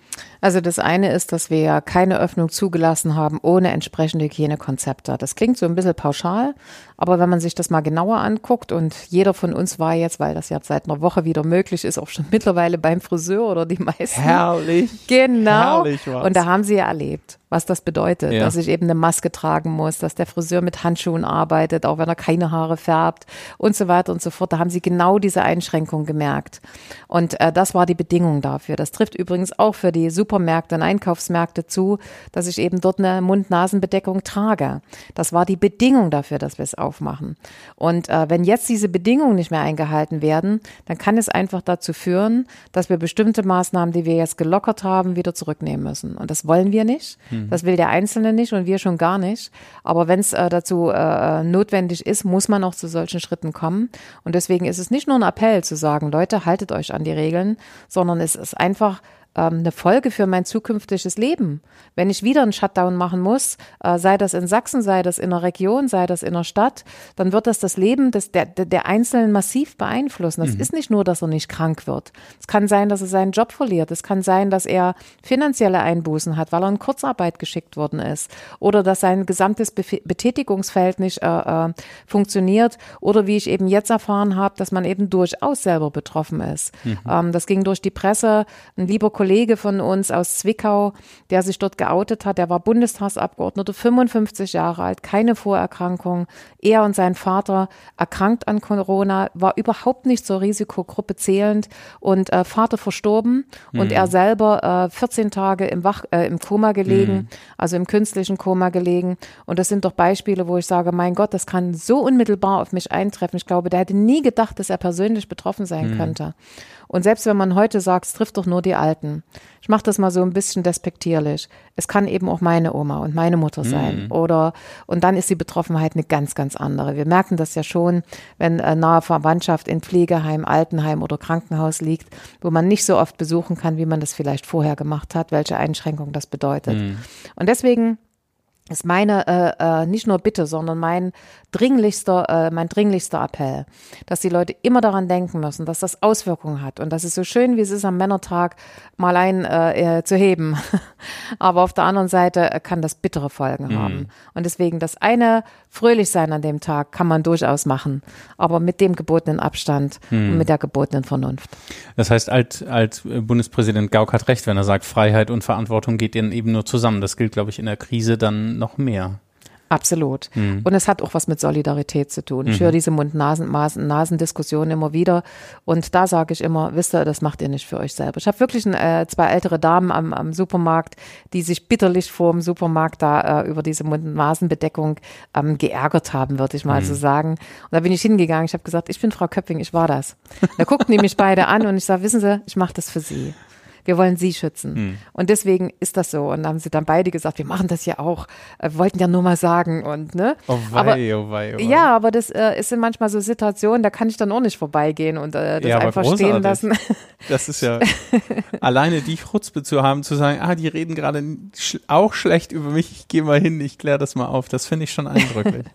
Also das eine ist, dass wir keine Öffnung zugelassen haben ohne entsprechende Hygienekonzepte. Das klingt so ein bisschen pauschal, aber wenn man sich das mal genauer anguckt und jeder von uns war jetzt, weil das jetzt seit einer Woche wieder möglich ist, auch schon mittlerweile beim Friseur oder die meisten. Herrlich. Genau. Herrlich war's. Und da haben sie ja erlebt, was das bedeutet, Ja. dass ich eben eine Maske tragen muss, dass der Friseur mit Handschuhen arbeitet, auch wenn er keine Haare färbt und so weiter und so fort. Da haben sie genau diese Einschränkung gemerkt. Und äh, das war die Bedingung dafür. Das trifft übrigens auch für die Supermärkte und Einkaufsmärkte zu, dass ich eben dort eine Mund-Nasen-Bedeckung trage. Das war die Bedingung dafür, dass wir es aufmachen. Und äh, wenn jetzt diese Bedingungen nicht mehr eingehalten werden, dann kann es einfach dazu führen, dass wir bestimmte Maßnahmen, die wir jetzt gelockert haben, wieder zurücknehmen müssen. Und das wollen wir nicht. Mhm. Das will der Einzelne nicht und wir schon gar nicht. Aber wenn es äh, dazu äh, notwendig ist, muss man auch zu solchen Schritten kommen. Und deswegen ist es nicht nur ein Appell zu sagen, Leute, haltet euch an die Regeln, sondern es ist einfach eine Folge für mein zukünftiges Leben. Wenn ich wieder einen Shutdown machen muss, äh, sei das in Sachsen, sei das in einer Region, sei das in einer Stadt, dann wird das das Leben des, der, der Einzelnen massiv beeinflussen. Das mhm. ist nicht nur, dass er nicht krank wird. Es kann sein, dass er seinen Job verliert. Es kann sein, dass er finanzielle Einbußen hat, weil er in Kurzarbeit geschickt worden ist. Oder dass sein gesamtes Bef- Betätigungsfeld nicht äh, äh, funktioniert. Oder wie ich eben jetzt erfahren habe, dass man eben durchaus selber betroffen ist. Mhm. Ähm, das ging durch die Presse. Ein lieber Kollege Kollege von uns aus Zwickau, der sich dort geoutet hat, der war Bundestagsabgeordneter, fünfundfünfzig Jahre alt, keine Vorerkrankung. Er und sein Vater erkrankt an Corona, war überhaupt nicht zur Risikogruppe zählend und äh, Vater verstorben mhm. und er selber äh, vierzehn Tage im, Wach, äh, im Koma gelegen, mhm. also im künstlichen Koma gelegen. Und das sind doch Beispiele, wo ich sage, mein Gott, das kann so unmittelbar auf mich eintreffen. Ich glaube, der hätte nie gedacht, dass er persönlich betroffen sein mhm. könnte. Und selbst wenn man heute sagt, es trifft doch nur die Alten. Ich mache das mal so ein bisschen despektierlich. Es kann eben auch meine Oma und meine Mutter sein. Mhm. Oder, und dann ist die Betroffenheit eine ganz, ganz andere. Wir merken das ja schon, wenn äh, nahe Verwandtschaft in Pflegeheim, Altenheim oder Krankenhaus liegt, wo man nicht so oft besuchen kann, wie man das vielleicht vorher gemacht hat, welche Einschränkung das bedeutet. Mhm. Und deswegen ist meine äh, äh, nicht nur Bitte, sondern mein dringlichster, äh, mein dringlichster Appell, dass die Leute immer daran denken müssen, dass das Auswirkungen hat und das ist so schön, wie es ist am Männertag mal ein äh, zu heben, aber auf der anderen Seite kann das bittere Folgen mhm. haben und deswegen das eine fröhlich sein an dem Tag kann man durchaus machen, aber mit dem gebotenen Abstand mhm. und mit der gebotenen Vernunft. Das heißt, alt, alt Bundespräsident Gauck hat recht, wenn er sagt, Freiheit und Verantwortung geht dann eben nur zusammen. Das gilt, glaube ich, in der Krise dann noch mehr. Absolut. Mhm. Und es hat auch was mit Solidarität zu tun. Ich mhm. höre diese Mund-Nasen-Diskussion immer wieder und da sage ich immer, wisst ihr, das macht ihr nicht für euch selber. Ich habe wirklich ein, äh, zwei ältere Damen am, am Supermarkt, die sich bitterlich vor dem Supermarkt da äh, über diese Mund-Nasen-Bedeckung ähm, geärgert haben, würde ich mal mhm. so sagen. Und da bin ich hingegangen, ich habe gesagt, ich bin Frau Köpping, ich war das. Da guckten die mich beide an und ich sage, wissen Sie, ich mache das für Sie. Wir wollen sie schützen. Hm. Und deswegen ist das so. Und dann haben sie dann beide gesagt, wir machen das ja auch. Wir wollten ja nur mal sagen. Und, ne? Oh wei, aber, oh wei, oh wei. Ja, aber das äh, ist manchmal so Situationen, da kann ich dann auch nicht vorbeigehen und äh, das ja, einfach stehen lassen. Das ist ja alleine die Chutzpe zu haben, zu sagen, ah, die reden gerade sch- auch schlecht über mich, ich gehe mal hin, ich kläre das mal auf. Das finde ich schon eindrücklich.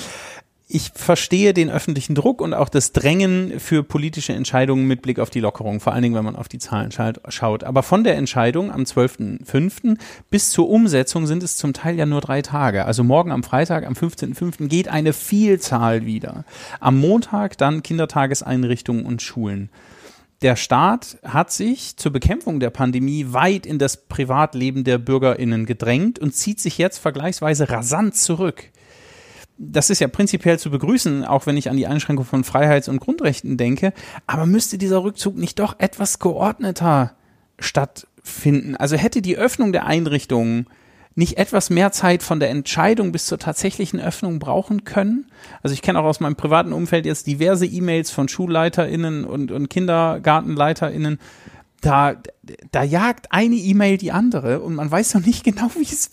Ich verstehe den öffentlichen Druck und auch das Drängen für politische Entscheidungen mit Blick auf die Lockerung, vor allen Dingen, wenn man auf die Zahlen schaut. Aber von der Entscheidung am zwölften fünften bis zur Umsetzung sind es zum Teil ja nur drei Tage. Also morgen am Freitag, am fünfzehnten fünften geht eine Vielzahl wieder. Am Montag dann Kindertageseinrichtungen und Schulen. Der Staat hat sich zur Bekämpfung der Pandemie weit in das Privatleben der BürgerInnen gedrängt und zieht sich jetzt vergleichsweise rasant zurück. Das ist ja prinzipiell zu begrüßen, auch wenn ich an die Einschränkung von Freiheits- und Grundrechten denke. Aber müsste dieser Rückzug nicht doch etwas geordneter stattfinden? Also hätte die Öffnung der Einrichtungen nicht etwas mehr Zeit von der Entscheidung bis zur tatsächlichen Öffnung brauchen können? Also ich kenne auch aus meinem privaten Umfeld jetzt diverse E-Mails von SchulleiterInnen und, und KindergartenleiterInnen. Da, da jagt eine E-Mail die andere und man weiß noch nicht genau, wie es wird.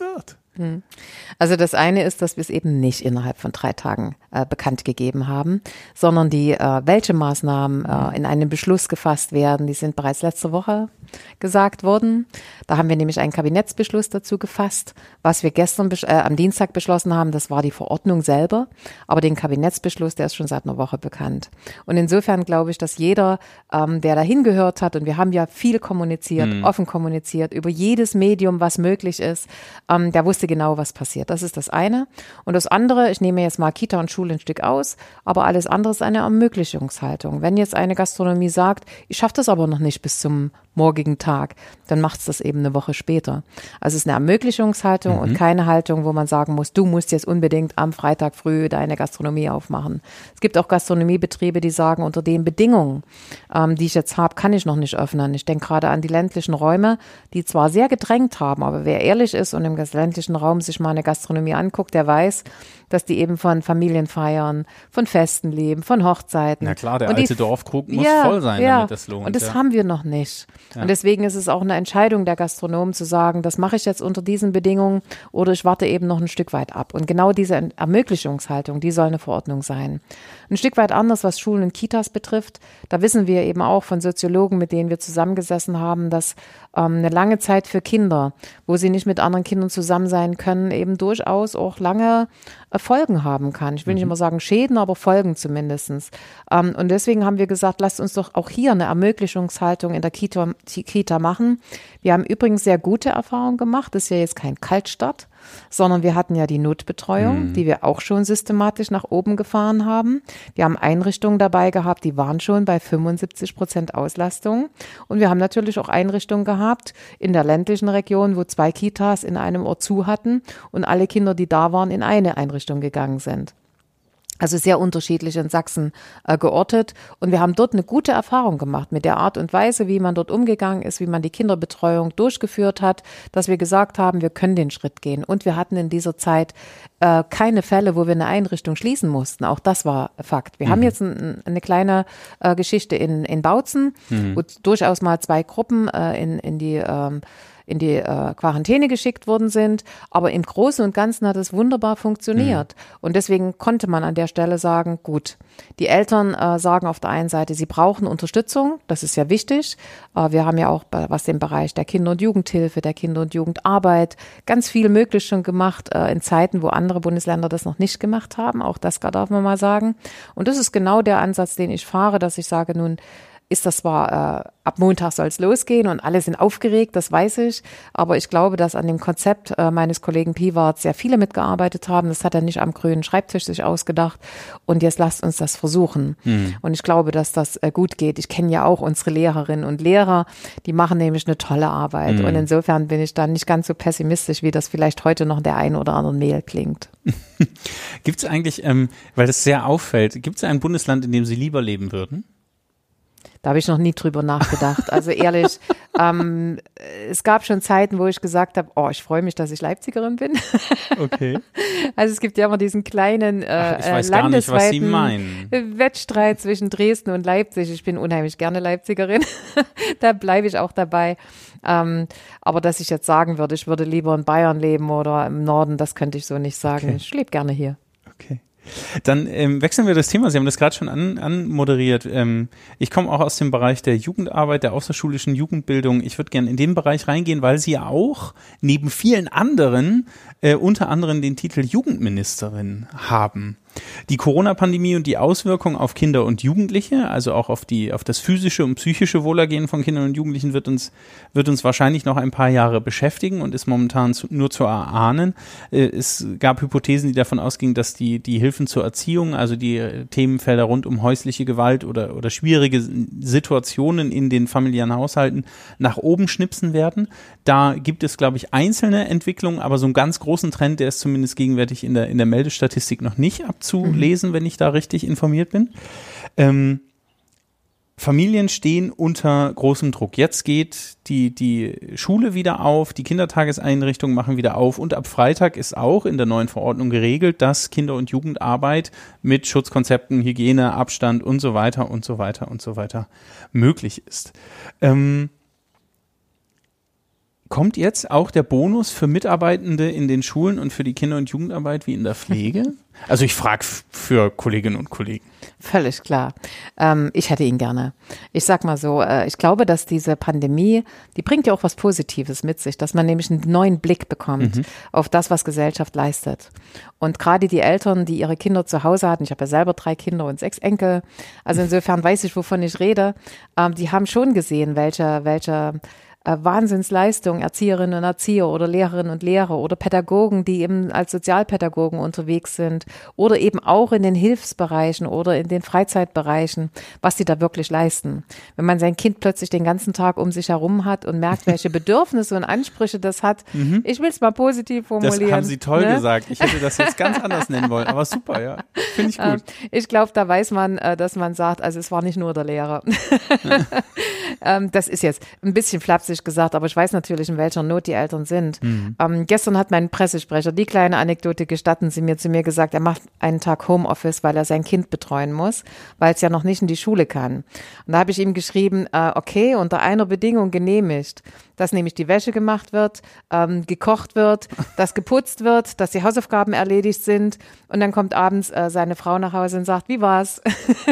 Also das eine ist, dass wir es eben nicht innerhalb von drei Tagen äh, bekannt gegeben haben, sondern die, äh, welche Maßnahmen äh, in einem Beschluss gefasst werden, die sind bereits letzte Woche gesagt worden. Da haben wir nämlich einen Kabinettsbeschluss dazu gefasst. Was wir gestern äh, am Dienstag beschlossen haben, das war die Verordnung selber, aber den Kabinettsbeschluss, der ist schon seit einer Woche bekannt. Und insofern glaube ich, dass jeder, ähm, der da hingehört hat, und wir haben ja viel kommuniziert, mhm. offen kommuniziert, über jedes Medium, was möglich ist, ähm, der wusste genau, was passiert. Das ist das eine. Und das andere, ich nehme jetzt mal Kita und Schule ein Stück aus, aber alles andere ist eine Ermöglichungshaltung. Wenn jetzt eine Gastronomie sagt, ich schaffe das aber noch nicht bis zum morgigen Tag, dann macht es das eben eine Woche später. Also es ist eine Ermöglichungshaltung mhm. und keine Haltung, wo man sagen muss, du musst jetzt unbedingt am Freitag früh deine Gastronomie aufmachen. Es gibt auch Gastronomiebetriebe, die sagen, unter den Bedingungen, ähm, die ich jetzt habe, kann ich noch nicht öffnen. Ich denke gerade an die ländlichen Räume, die zwar sehr gedrängt haben, aber wer ehrlich ist und im ländlichen Raum sich mal eine Gastronomie anguckt, der weiß, dass die eben von Familienfeiern, von Festen leben, von Hochzeiten. Na klar, der und alte die, Dorfkrug muss ja, voll sein, ja. damit das lohnt. Und das ja. haben wir noch nicht. Ja. Und deswegen ist es auch eine Entscheidung der Gastronomen zu sagen, das mache ich jetzt unter diesen Bedingungen oder ich warte eben noch ein Stück weit ab. Und genau diese Ermöglichungshaltung, die soll eine Verordnung sein. Ein Stück weit anders, was Schulen und Kitas betrifft. Da wissen wir eben auch von Soziologen, mit denen wir zusammengesessen haben, dass ähm, eine lange Zeit für Kinder, wo sie nicht mit anderen Kindern zusammen sein können, eben durchaus auch lange Folgen haben kann. Ich will nicht immer sagen Schäden, aber Folgen zumindestens. Ähm, und deswegen haben wir gesagt, lasst uns doch auch hier eine Ermöglichungshaltung in der Kita, Kita machen. Wir haben übrigens sehr gute Erfahrungen gemacht. Das ist ja jetzt kein Kaltstart, sondern wir hatten ja die Notbetreuung, mhm. die wir auch schon systematisch nach oben gefahren haben. Wir haben Einrichtungen dabei gehabt, die waren schon bei fünfundsiebzig Prozent Auslastung. Und wir haben natürlich auch Einrichtungen gehabt in der ländlichen Region, wo zwei Kitas in einem Ort zu hatten und alle Kinder, die da waren, in eine Einrichtung gegangen sind. Also sehr unterschiedlich in Sachsen äh, geortet. Und wir haben dort eine gute Erfahrung gemacht mit der Art und Weise, wie man dort umgegangen ist, wie man die Kinderbetreuung durchgeführt hat, dass wir gesagt haben, wir können den Schritt gehen. Und wir hatten in dieser Zeit äh, keine Fälle, wo wir eine Einrichtung schließen mussten. Auch das war Fakt. Wir mhm. haben jetzt ein, eine kleine äh, Geschichte in, in Bautzen, mhm. wo durchaus mal zwei Gruppen äh, in, in die ähm, in die äh, Quarantäne geschickt worden sind. Aber im Großen und Ganzen hat es wunderbar funktioniert. Mhm. Und deswegen konnte man an der Stelle sagen, gut, die Eltern äh, sagen auf der einen Seite, sie brauchen Unterstützung. Das ist ja wichtig. Äh, wir haben ja auch, was den Bereich der Kinder- und Jugendhilfe, der Kinder- und Jugendarbeit, ganz viel möglich schon gemacht äh, in Zeiten, wo andere Bundesländer das noch nicht gemacht haben. Auch das darf man mal sagen. Und das ist genau der Ansatz, den ich fahre, dass ich sage, nun, ist das zwar, äh, ab Montag soll es losgehen und alle sind aufgeregt, das weiß ich, aber ich glaube, dass an dem Konzept äh, meines Kollegen Piwart sehr viele mitgearbeitet haben. Das hat er nicht am grünen Schreibtisch sich ausgedacht und jetzt lasst uns das versuchen. Mhm. Und ich glaube, dass das äh, gut geht. Ich kenne ja auch unsere Lehrerinnen und Lehrer, die machen nämlich eine tolle Arbeit mhm. und insofern bin ich dann nicht ganz so pessimistisch, wie das vielleicht heute noch in der einen oder anderen Mail klingt. Gibt es eigentlich, ähm, weil das sehr auffällt, gibt es ein Bundesland, in dem Sie lieber leben würden? Da habe ich noch nie drüber nachgedacht. Also ehrlich, ähm, es gab schon Zeiten, wo ich gesagt habe, oh, ich freue mich, dass ich Leipzigerin bin. Okay. Also es gibt ja immer diesen kleinen äh, Ach, ich weiß gar nicht, was Sie meinen. Wettstreit zwischen Dresden und Leipzig. Ich bin unheimlich gerne Leipzigerin. Da bleibe ich auch dabei. Ähm, aber dass ich jetzt sagen würde, ich würde lieber in Bayern leben oder im Norden, das könnte ich so nicht sagen. Okay. Ich lebe gerne hier. Okay. Dann ähm, wechseln wir das Thema. Sie haben das gerade schon an, anmoderiert. Ähm, ich komme auch aus dem Bereich der Jugendarbeit, der außerschulischen Jugendbildung. Ich würde gerne in den Bereich reingehen, weil Sie ja auch neben vielen anderen äh, unter anderem den Titel Jugendministerin haben. Die Corona-Pandemie und die Auswirkungen auf Kinder und Jugendliche, also auch auf die, auf das physische und psychische Wohlergehen von Kindern und Jugendlichen wird uns, wird uns wahrscheinlich noch ein paar Jahre beschäftigen und ist momentan zu, nur zu erahnen. Es gab Hypothesen, die davon ausgingen, dass die, die Hilfen zur Erziehung, also die Themenfelder rund um häusliche Gewalt oder, oder schwierige Situationen in den familiären Haushalten nach oben schnipsen werden. Da gibt es, glaube ich, einzelne Entwicklungen, aber so einen ganz großen Trend, der ist zumindest gegenwärtig in der, in der Meldestatistik noch nicht ab zu lesen, wenn ich da richtig informiert bin. Ähm, Familien stehen unter großem Druck. Jetzt geht die, die Schule wieder auf, die Kindertageseinrichtungen machen wieder auf und ab Freitag ist auch in der neuen Verordnung geregelt, dass Kinder- und Jugendarbeit mit Schutzkonzepten, Hygiene, Abstand und so weiter und so weiter und so weiter möglich ist. Ähm, Kommt jetzt auch der Bonus für Mitarbeitende in den Schulen und für die Kinder- und Jugendarbeit wie in der Pflege? Also ich frage f- für Kolleginnen und Kollegen. Völlig klar. Ähm, ich hätte ihn gerne. Ich sag mal so, äh, ich glaube, dass diese Pandemie, die bringt ja auch was Positives mit sich, dass man nämlich einen neuen Blick bekommt mhm. auf das, was Gesellschaft leistet. Und gerade die Eltern, die ihre Kinder zu Hause hatten, ich habe ja selber drei Kinder und sechs Enkel, also insofern weiß ich, wovon ich rede, ähm, die haben schon gesehen, welche, welche Äh, Wahnsinnsleistung Erzieherinnen und Erzieher oder Lehrerinnen und Lehrer oder Pädagogen, die eben als Sozialpädagogen unterwegs sind oder eben auch in den Hilfsbereichen oder in den Freizeitbereichen, was sie da wirklich leisten. Wenn man sein Kind plötzlich den ganzen Tag um sich herum hat und merkt, welche Bedürfnisse und Ansprüche das hat, mhm. ich will es mal positiv formulieren. Das haben Sie toll ne? gesagt. Ich hätte das jetzt ganz anders nennen wollen, aber super, ja. Finde ich gut. Ich glaube, da weiß man, dass man sagt, also es war nicht nur der Lehrer. Das ist jetzt ein bisschen flapsig gesagt, aber ich weiß natürlich, in welcher Not die Eltern sind. Mhm. Ähm, gestern hat mein Pressesprecher, die kleine Anekdote gestatten Sie mir, zu mir gesagt, er macht einen Tag Homeoffice, weil er sein Kind betreuen muss, weil es ja noch nicht in die Schule kann. Und da habe ich ihm geschrieben, äh, okay, unter einer Bedingung genehmigt, dass nämlich die Wäsche gemacht wird, ähm, gekocht wird, dass geputzt wird, dass die Hausaufgaben erledigt sind und dann kommt abends äh, seine Frau nach Hause und sagt, wie war's?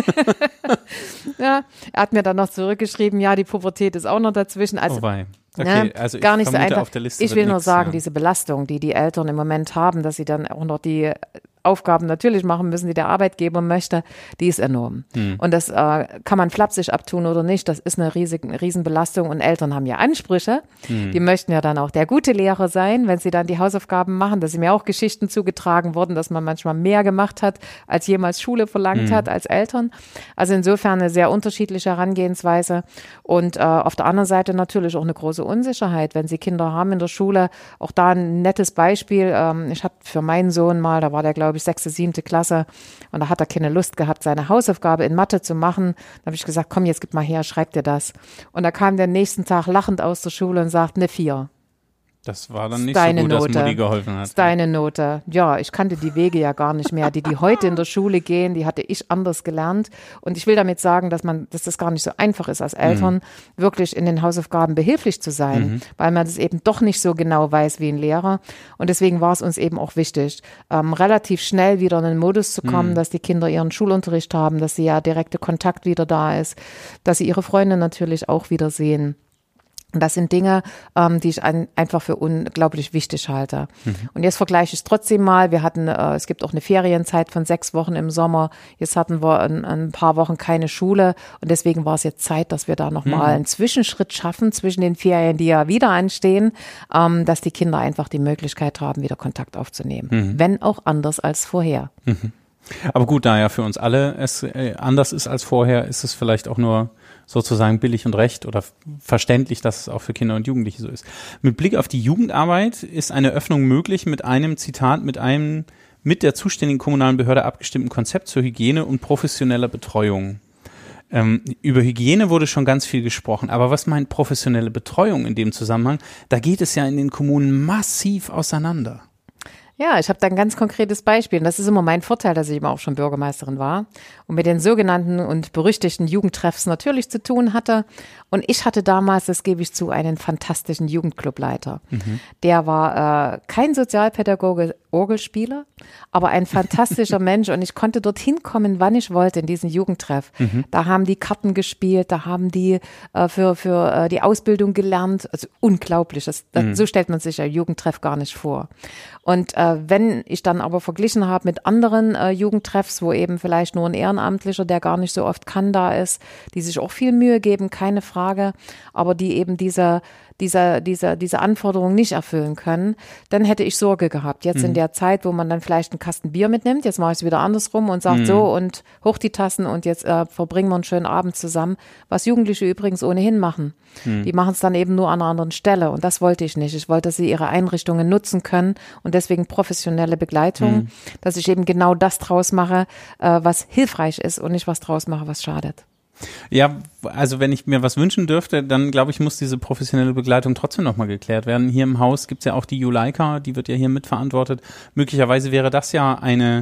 Ja, er hat mir dann noch zurückgeschrieben, ja, die Pubertät ist auch noch dazwischen. Also, oh wei. Okay, ne, also ich gar nicht so einfach. Auf der Liste ich will nur nix, sagen, ja. diese diese Belastung, die die Eltern im Moment haben, dass sie dann auch noch die Aufgaben natürlich machen müssen, die der Arbeitgeber möchte, die ist enorm. Hm. Und das äh, kann man flapsig abtun oder nicht, das ist eine riesige Riesenbelastung und Eltern haben ja Ansprüche, hm. die möchten ja dann auch der gute Lehrer sein, wenn sie dann die Hausaufgaben machen. Da sind mir auch Geschichten zugetragen worden, dass man manchmal mehr gemacht hat, als jemals Schule verlangt hm. hat, als Eltern. Also insofern eine sehr unterschiedliche Herangehensweise und äh, auf der anderen Seite natürlich auch eine große Unsicherheit, wenn sie Kinder haben in der Schule. Auch da ein nettes Beispiel, ähm, ich habe für meinen Sohn mal, da war der glaube ich sechste, siebte Klasse und da hat er keine Lust gehabt, seine Hausaufgabe in Mathe zu machen. Da habe ich gesagt, komm, jetzt gib mal her, schreib dir das. Und da kam der nächsten Tag lachend aus der Schule und sagt, eine vier. Das war dann nicht so gut, Note. dass Mutti geholfen hat. Das ist deine Note. Ja, ich kannte die Wege ja gar nicht mehr. Die, die heute in der Schule gehen, die hatte ich anders gelernt. Und ich will damit sagen, dass man, dass das gar nicht so einfach ist, als Eltern mhm. wirklich in den Hausaufgaben behilflich zu sein, mhm. weil man das eben doch nicht so genau weiß wie ein Lehrer. Und deswegen war es uns eben auch wichtig, ähm, relativ schnell wieder in den Modus zu kommen, mhm. dass die Kinder ihren Schulunterricht haben, dass sie ja direkte Kontakt wieder da ist, dass sie ihre Freunde natürlich auch wieder sehen. Und das sind Dinge, ähm, die ich ein, einfach für unglaublich wichtig halte. Mhm. Und jetzt vergleiche ich es trotzdem mal. Wir hatten, äh, es gibt auch eine Ferienzeit von sechs Wochen im Sommer. Jetzt hatten wir ein, ein paar Wochen keine Schule. Und deswegen war es jetzt Zeit, dass wir da nochmal mhm. einen Zwischenschritt schaffen zwischen den Ferien, die ja wieder anstehen, ähm, dass die Kinder einfach die Möglichkeit haben, wieder Kontakt aufzunehmen. Mhm. Wenn auch anders als vorher. Mhm. Aber gut, da ja für uns alle es äh, anders ist als vorher, ist es vielleicht auch nur sozusagen billig und recht oder verständlich, dass es auch für Kinder und Jugendliche so ist. Mit Blick auf die Jugendarbeit ist eine Öffnung möglich mit einem Zitat, mit einem mit der zuständigen kommunalen Behörde abgestimmten Konzept zur Hygiene und professioneller Betreuung. Ähm, über Hygiene wurde schon ganz viel gesprochen, aber was meint professionelle Betreuung in dem Zusammenhang? Da geht es ja in den Kommunen massiv auseinander. Ja, ich habe da ein ganz konkretes Beispiel. Und das ist immer mein Vorteil, dass ich immer auch schon Bürgermeisterin war und mit den sogenannten und berüchtigten Jugendtreffs natürlich zu tun hatte. Und ich hatte damals, das gebe ich zu, einen fantastischen Jugendclubleiter. Mhm. Der war äh, kein Sozialpädagoge, Orgelspieler, aber ein fantastischer Mensch. Und ich konnte dorthin kommen, wann ich wollte, in diesen Jugendtreff. Mhm. Da haben die Karten gespielt, da haben die äh, für, für äh, die Ausbildung gelernt. Also unglaublich. Das, das, mhm. So stellt man sich ja Jugendtreff gar nicht vor. Und äh, wenn ich dann aber verglichen habe mit anderen äh, Jugendtreffs, wo eben vielleicht nur ein Ehrenamtlicher, der gar nicht so oft kann, da ist, die sich auch viel Mühe geben, keine Frage, aber die eben diese diese, diese, diese Anforderungen nicht erfüllen können, dann hätte ich Sorge gehabt. Jetzt mhm. in der Zeit, wo man dann vielleicht einen Kasten Bier mitnimmt, jetzt mache ich es wieder andersrum und sage mhm. so und hoch die Tassen und jetzt äh, verbringen wir einen schönen Abend zusammen, was Jugendliche übrigens ohnehin machen. Mhm. Die machen es dann eben nur an einer anderen Stelle und das wollte ich nicht. Ich wollte, dass sie ihre Einrichtungen nutzen können und deswegen professionelle Begleitung, mhm. dass ich eben genau das draus mache, äh, was hilfreich ist und nicht was draus mache, was schadet. Ja, also wenn ich mir was wünschen dürfte, dann glaube ich, muss diese professionelle Begleitung trotzdem nochmal geklärt werden. Hier im Haus gibt's ja auch die Juleika, die wird ja hier mitverantwortet. Möglicherweise wäre das ja eine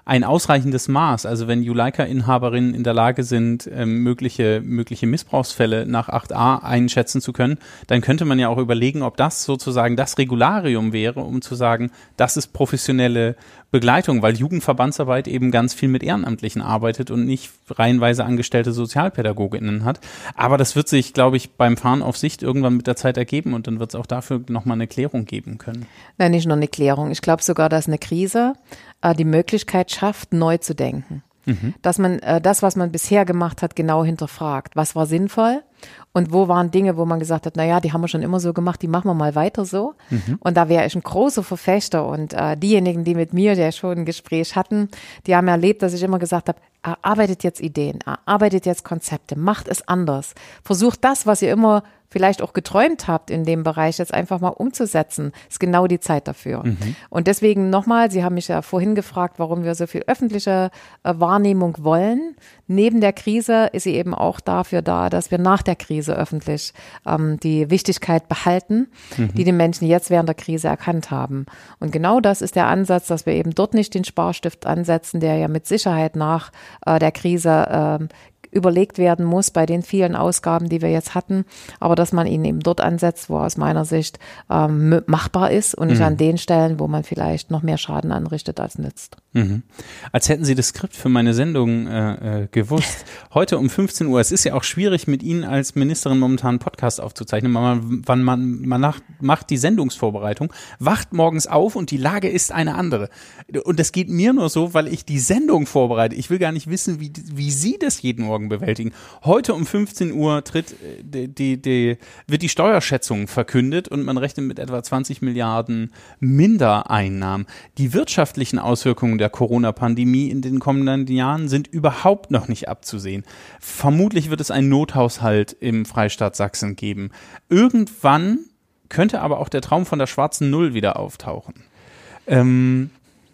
ein ausreichendes Maß. Also wenn Juleika-Inhaberinnen in der Lage sind, ähm, mögliche, mögliche Missbrauchsfälle nach acht a einschätzen zu können, dann könnte man ja auch überlegen, ob das sozusagen das Regularium wäre, um zu sagen, das ist professionelle Begleitung, weil Jugendverbandsarbeit eben ganz viel mit Ehrenamtlichen arbeitet und nicht reihenweise angestellte SozialpädagogInnen hat. Aber das wird sich, glaube ich, beim Fahren auf Sicht irgendwann mit der Zeit ergeben und dann wird es auch dafür nochmal eine Klärung geben können. Nein, nicht nur eine Klärung. Ich glaube sogar, dass eine Krise äh, die Möglichkeit schafft, neu zu denken. Mhm. Dass man äh, das, was man bisher gemacht hat, genau hinterfragt. Was war sinnvoll? Und wo waren Dinge, wo man gesagt hat, naja, die haben wir schon immer so gemacht, die machen wir mal weiter so. Mhm. Und da wäre ich ein großer Verfechter. Und äh, diejenigen, die mit mir ja schon ein Gespräch hatten, die haben erlebt, dass ich immer gesagt habe, erarbeitet jetzt Ideen, erarbeitet jetzt Konzepte, macht es anders. Versucht das, was ihr immer vielleicht auch geträumt habt in dem Bereich, jetzt einfach mal umzusetzen. Ist genau die Zeit dafür. Mhm. Und deswegen nochmal, Sie haben mich ja vorhin gefragt, warum wir so viel öffentliche äh, Wahrnehmung wollen. Neben der Krise ist sie eben auch dafür da, dass wir nach der Krise öffentlich ähm, die Wichtigkeit behalten, mhm. die die Menschen jetzt während der Krise erkannt haben. Und genau das ist der Ansatz, dass wir eben dort nicht den Sparstift ansetzen, der ja mit Sicherheit nach äh, der Krise äh, überlegt werden muss bei den vielen Ausgaben, die wir jetzt hatten, aber dass man ihn eben dort ansetzt, wo er aus meiner Sicht ähm, machbar ist und nicht mhm. an den Stellen, wo man vielleicht noch mehr Schaden anrichtet als nützt. Mhm. Als hätten Sie das Skript für meine Sendung äh, äh, gewusst. Heute um fünfzehn Uhr, es ist ja auch schwierig, mit Ihnen als Ministerin momentan einen Podcast aufzuzeichnen, man, man, man, man nach, macht die Sendungsvorbereitung, wacht morgens auf und die Lage ist eine andere. Und das geht mir nur so, weil ich die Sendung vorbereite. Ich will gar nicht wissen, wie, wie Sie das jeden Morgen bewältigen. Heute um fünfzehn Uhr tritt die, die, die, wird die Steuerschätzung verkündet und man rechnet mit etwa zwanzig Milliarden Mindereinnahmen. Die wirtschaftlichen Auswirkungen der Corona-Pandemie in den kommenden Jahren sind überhaupt noch nicht abzusehen. Vermutlich wird es einen Nothaushalt im Freistaat Sachsen geben. Irgendwann könnte aber auch der Traum von der schwarzen Null wieder auftauchen. Ähm,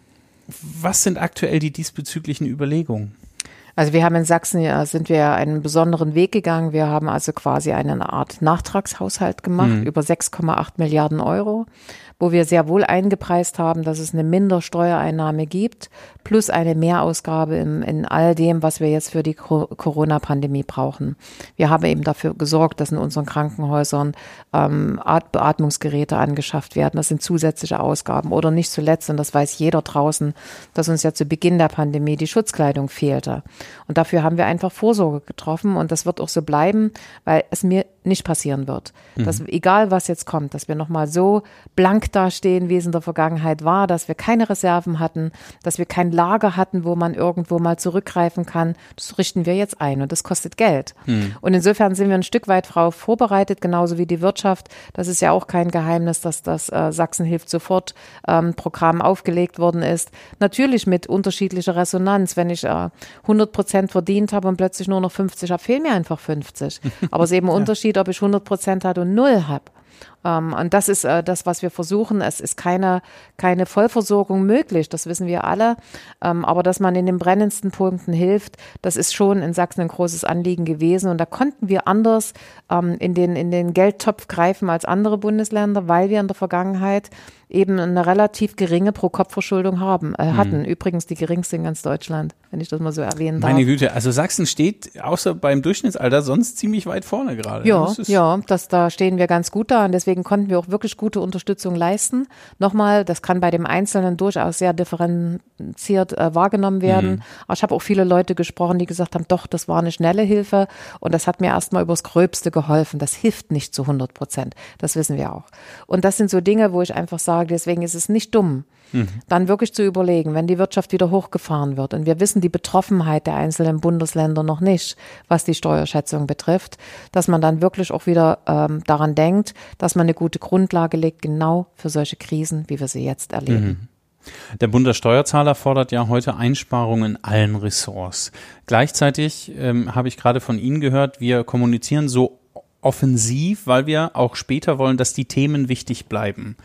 was sind aktuell die diesbezüglichen Überlegungen? Also wir haben in Sachsen, ja, sind wir einen besonderen Weg gegangen. Wir haben also quasi eine Art Nachtragshaushalt gemacht, mhm. über sechs Komma acht Milliarden Euro, wo wir sehr wohl eingepreist haben, dass es eine Mindersteuereinnahme gibt, plus eine Mehrausgabe in, in all dem, was wir jetzt für die Corona-Pandemie brauchen. Wir haben eben dafür gesorgt, dass in unseren Krankenhäusern ähm, Beatmungsgeräte angeschafft werden. Das sind zusätzliche Ausgaben. Oder nicht zuletzt, und das weiß jeder draußen, dass uns ja zu Beginn der Pandemie die Schutzkleidung fehlte. Und dafür haben wir einfach Vorsorge getroffen und das wird auch so bleiben, weil es mir nicht passieren wird. Dass, mhm. egal was jetzt kommt, dass wir nochmal so blank dastehen, wie es in der Vergangenheit war, dass wir keine Reserven hatten, dass wir kein Lager hatten, wo man irgendwo mal zurückgreifen kann. Das richten wir jetzt ein und das kostet Geld. Mhm. Und insofern sind wir ein Stück weit darauf vorbereitet, genauso wie die Wirtschaft. Das ist ja auch kein Geheimnis, dass das äh, Sachsen hilft sofort ähm, Programm aufgelegt worden ist. Natürlich mit unterschiedlicher Resonanz. Wenn ich äh, hundert Prozent verdient habe und plötzlich nur noch fünfzig habe, fehlen mir einfach fünfzig. Aber es ist eben ein ja. Unterschied, ob ich hundert Prozent hatte und null habe. Um, und das ist äh, das, was wir versuchen. Es ist keine, keine Vollversorgung möglich, das wissen wir alle. Um, aber dass man in den brennendsten Punkten hilft, das ist schon in Sachsen ein großes Anliegen gewesen. Und da konnten wir anders um, in den, in den Geldtopf greifen als andere Bundesländer, weil wir in der Vergangenheit eben eine relativ geringe Pro-Kopf-Verschuldung haben, äh, hatten. Mhm. Übrigens die geringste in ganz Deutschland, wenn ich das mal so erwähnen darf. Meine Güte, also Sachsen steht außer beim Durchschnittsalter sonst ziemlich weit vorne gerade. Ja, das ja, das, da stehen wir ganz gut da und deswegen konnten wir auch wirklich gute Unterstützung leisten. Nochmal, das kann bei dem Einzelnen durchaus sehr differenziert äh, wahrgenommen werden. Mhm. Aber ich habe auch viele Leute gesprochen, die gesagt haben, doch, das war eine schnelle Hilfe und das hat mir erstmal übers Gröbste geholfen. Das hilft nicht zu hundert Prozent. Das wissen wir auch. Und das sind so Dinge, wo ich einfach sage, deswegen ist es nicht dumm, mhm. dann wirklich zu überlegen, wenn die Wirtschaft wieder hochgefahren wird und wir wissen die Betroffenheit der einzelnen Bundesländer noch nicht, was die Steuerschätzung betrifft, dass man dann wirklich auch wieder ähm, daran denkt, dass man eine gute Grundlage legt, genau für solche Krisen, wie wir sie jetzt erleben. Mhm. Der Bund der Steuerzahler fordert ja heute Einsparungen in allen Ressorts. Gleichzeitig ähm, habe ich gerade von Ihnen gehört, wir kommunizieren so offensiv, weil wir auch später wollen, dass die Themen wichtig bleiben.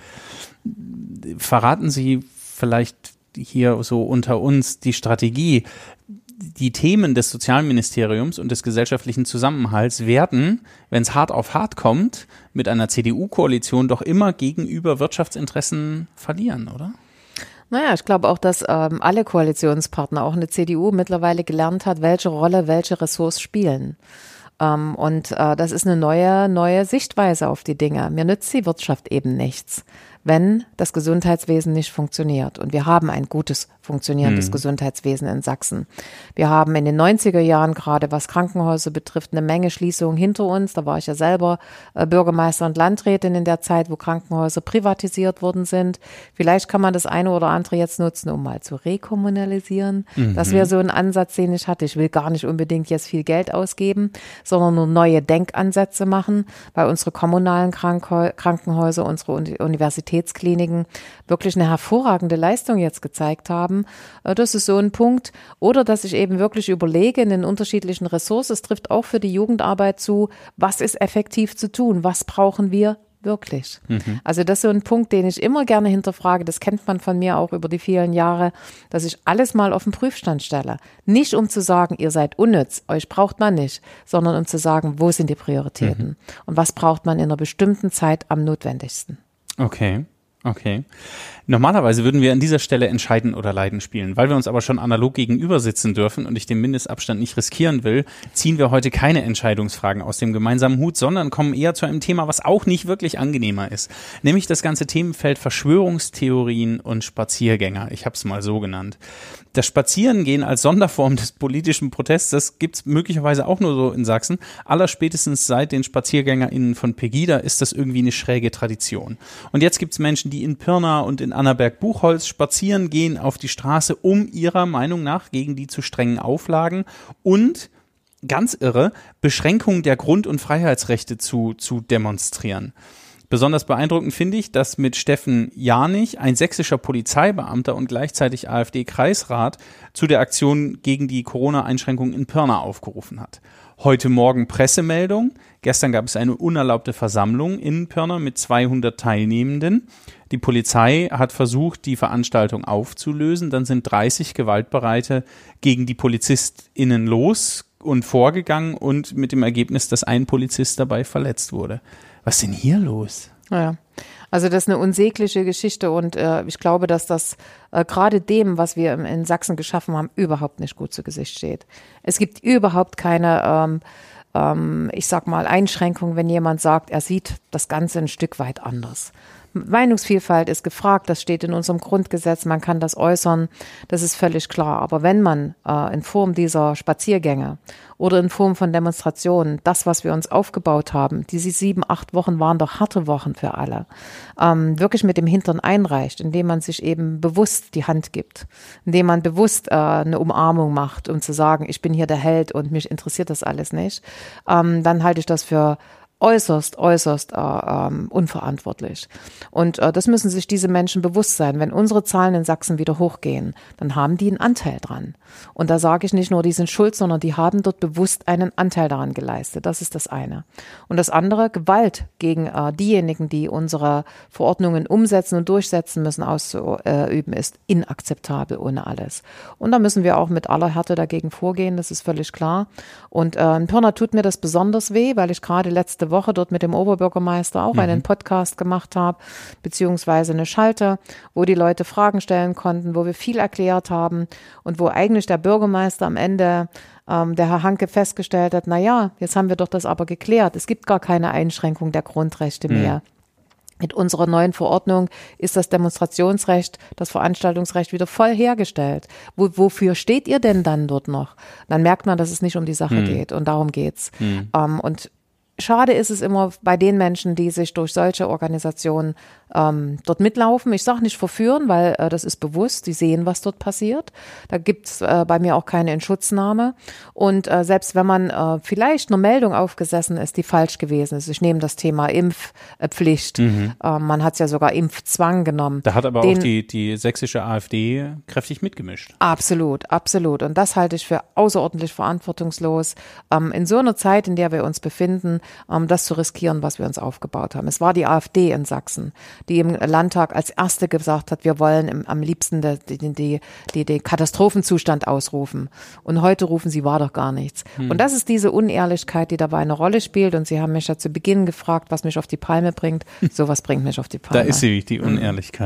Verraten Sie vielleicht hier so unter uns die Strategie. Die Themen des Sozialministeriums und des gesellschaftlichen Zusammenhalts werden, wenn es hart auf hart kommt, mit einer C D U-Koalition doch immer gegenüber Wirtschaftsinteressen verlieren, oder? Naja, ich glaube auch, dass ähm, alle Koalitionspartner, auch eine C D U, mittlerweile gelernt hat, welche Rolle welche Ressorts spielen. Ähm, und äh, das ist eine neue, neue Sichtweise auf die Dinge. Mir nützt die Wirtschaft eben nichts, wenn das Gesundheitswesen nicht funktioniert. Und wir haben ein gutes, funktionierendes hm. Gesundheitswesen in Sachsen. Wir haben in den neunziger Jahren, gerade was Krankenhäuser betrifft, eine Menge Schließungen hinter uns. Da war ich ja selber äh, Bürgermeister und Landrätin in der Zeit, wo Krankenhäuser privatisiert worden sind. Vielleicht kann man das eine oder andere jetzt nutzen, um mal zu rekommunalisieren. Mhm. Das wäre so ein Ansatz, den ich hatte. Ich will gar nicht unbedingt jetzt viel Geld ausgeben, sondern nur neue Denkansätze machen, weil unsere kommunalen Krankenhäu- Krankenhäuser, unsere Uni- Universitätskliniken wirklich eine hervorragende Leistung jetzt gezeigt haben. Das ist so ein Punkt. Oder dass ich eben wirklich überlege in den unterschiedlichen Ressorts, es trifft auch für die Jugendarbeit zu, was ist effektiv zu tun, was brauchen wir wirklich. Mhm. Also das ist so ein Punkt, den ich immer gerne hinterfrage, das kennt man von mir auch über die vielen Jahre, dass ich alles mal auf den Prüfstand stelle. Nicht um zu sagen, ihr seid unnütz, euch braucht man nicht, sondern um zu sagen, wo sind die Prioritäten mhm. und was braucht man in einer bestimmten Zeit am notwendigsten. Okay. Okay. Normalerweise würden wir an dieser Stelle Entscheiden oder Leiden spielen. Weil wir uns aber schon analog gegenüber sitzen dürfen und ich den Mindestabstand nicht riskieren will, ziehen wir heute keine Entscheidungsfragen aus dem gemeinsamen Hut, sondern kommen eher zu einem Thema, was auch nicht wirklich angenehmer ist. Nämlich das ganze Themenfeld Verschwörungstheorien und Spaziergänger. Ich habe es mal so genannt. Das Spazierengehen als Sonderform des politischen Protests, das gibt's möglicherweise auch nur so in Sachsen. Allerspätestens seit den SpaziergängerInnen von Pegida ist das irgendwie eine schräge Tradition. Und jetzt gibt's Menschen, die in Pirna und in Annaberg-Buchholz spazieren gehen auf die Straße, um ihrer Meinung nach gegen die zu strengen Auflagen und, ganz irre, Beschränkungen der Grund- und Freiheitsrechte zu, zu demonstrieren. Besonders beeindruckend finde ich, dass mit Steffen Janich, ein sächsischer Polizeibeamter und gleichzeitig AfD-Kreisrat, zu der Aktion gegen die Corona-Einschränkungen in Pirna aufgerufen hat. Heute Morgen Pressemeldung. Gestern gab es eine unerlaubte Versammlung in Pirna mit zweihundert Teilnehmenden. Die Polizei hat versucht, die Veranstaltung aufzulösen. Dann sind dreißig Gewaltbereite gegen die PolizistInnen los und vorgegangen und mit dem Ergebnis, dass ein Polizist dabei verletzt wurde. Was ist denn hier los? Ja, also das ist eine unsägliche Geschichte und äh, ich glaube, dass das äh, gerade dem, was wir im, in Sachsen geschaffen haben, überhaupt nicht gut zu Gesicht steht. Es gibt überhaupt keine, ähm, ähm, ich sag mal, Einschränkung, wenn jemand sagt, er sieht das Ganze ein Stück weit anders. Meinungsvielfalt ist gefragt, das steht in unserem Grundgesetz, man kann das äußern, das ist völlig klar. Aber wenn man äh, in Form dieser Spaziergänge oder in Form von Demonstrationen, das, was wir uns aufgebaut haben, diese sieben, acht Wochen waren doch harte Wochen für alle, ähm, wirklich mit dem Hintern einreicht, indem man sich eben bewusst die Hand gibt, indem man bewusst äh, eine Umarmung macht, um zu sagen, ich bin hier der Held und mich interessiert das alles nicht, ähm, dann halte ich das für äußerst, äußerst äh, ähm, unverantwortlich. Und äh, das müssen sich diese Menschen bewusst sein. Wenn unsere Zahlen in Sachsen wieder hochgehen, dann haben die einen Anteil dran. Und da sage ich nicht nur, die sind schuld, sondern die haben dort bewusst einen Anteil daran geleistet. Das ist das eine. Und das andere, Gewalt gegen äh, diejenigen, die unsere Verordnungen umsetzen und durchsetzen müssen, auszuüben, ist inakzeptabel ohne alles. Und da müssen wir auch mit aller Härte dagegen vorgehen, das ist völlig klar. Und äh, in Pirna tut mir das besonders weh, weil ich gerade letzte Woche dort mit dem Oberbürgermeister auch mhm. einen Podcast gemacht habe, beziehungsweise eine Schalte, wo die Leute Fragen stellen konnten, wo wir viel erklärt haben und wo eigentlich der Bürgermeister am Ende, ähm, der Herr Hanke, festgestellt hat, na ja, jetzt haben wir doch das aber geklärt. Es gibt gar keine Einschränkung der Grundrechte mhm. mehr. Mit unserer neuen Verordnung ist das Demonstrationsrecht, das Veranstaltungsrecht wieder voll hergestellt. Wo, wofür steht ihr denn dann dort noch? Dann merkt man, dass es nicht um die Sache mhm. geht und darum geht's. Mhm. Ähm, und schade ist es immer bei den Menschen, die sich durch solche Organisationen ähm, dort mitlaufen. Ich sage nicht verführen, weil äh, das ist bewusst. Die sehen, was dort passiert. Da gibt's äh, bei mir auch keine Inschutznahme. Und äh, selbst wenn man äh, vielleicht eine Meldung aufgesessen ist, die falsch gewesen ist. Ich nehme das Thema Impfpflicht. Mhm. Äh, man hat es ja sogar Impfzwang genommen. Da hat aber Den, auch die, die sächsische AfD kräftig mitgemischt. Absolut, absolut. Und das halte ich für außerordentlich verantwortungslos. Ähm, in so einer Zeit, in der wir uns befinden, um das zu riskieren, was wir uns aufgebaut haben. Es war die AfD in Sachsen, die im Landtag als erste gesagt hat, wir wollen im, am liebsten den die, die, die, die Katastrophenzustand ausrufen. Und heute rufen sie, war doch gar nichts. Hm. Und das ist diese Unehrlichkeit, die dabei eine Rolle spielt. Und Sie haben mich ja zu Beginn gefragt, was mich auf die Palme bringt. Sowas bringt mich auf die Palme. Da ist sie, die Unehrlichkeit.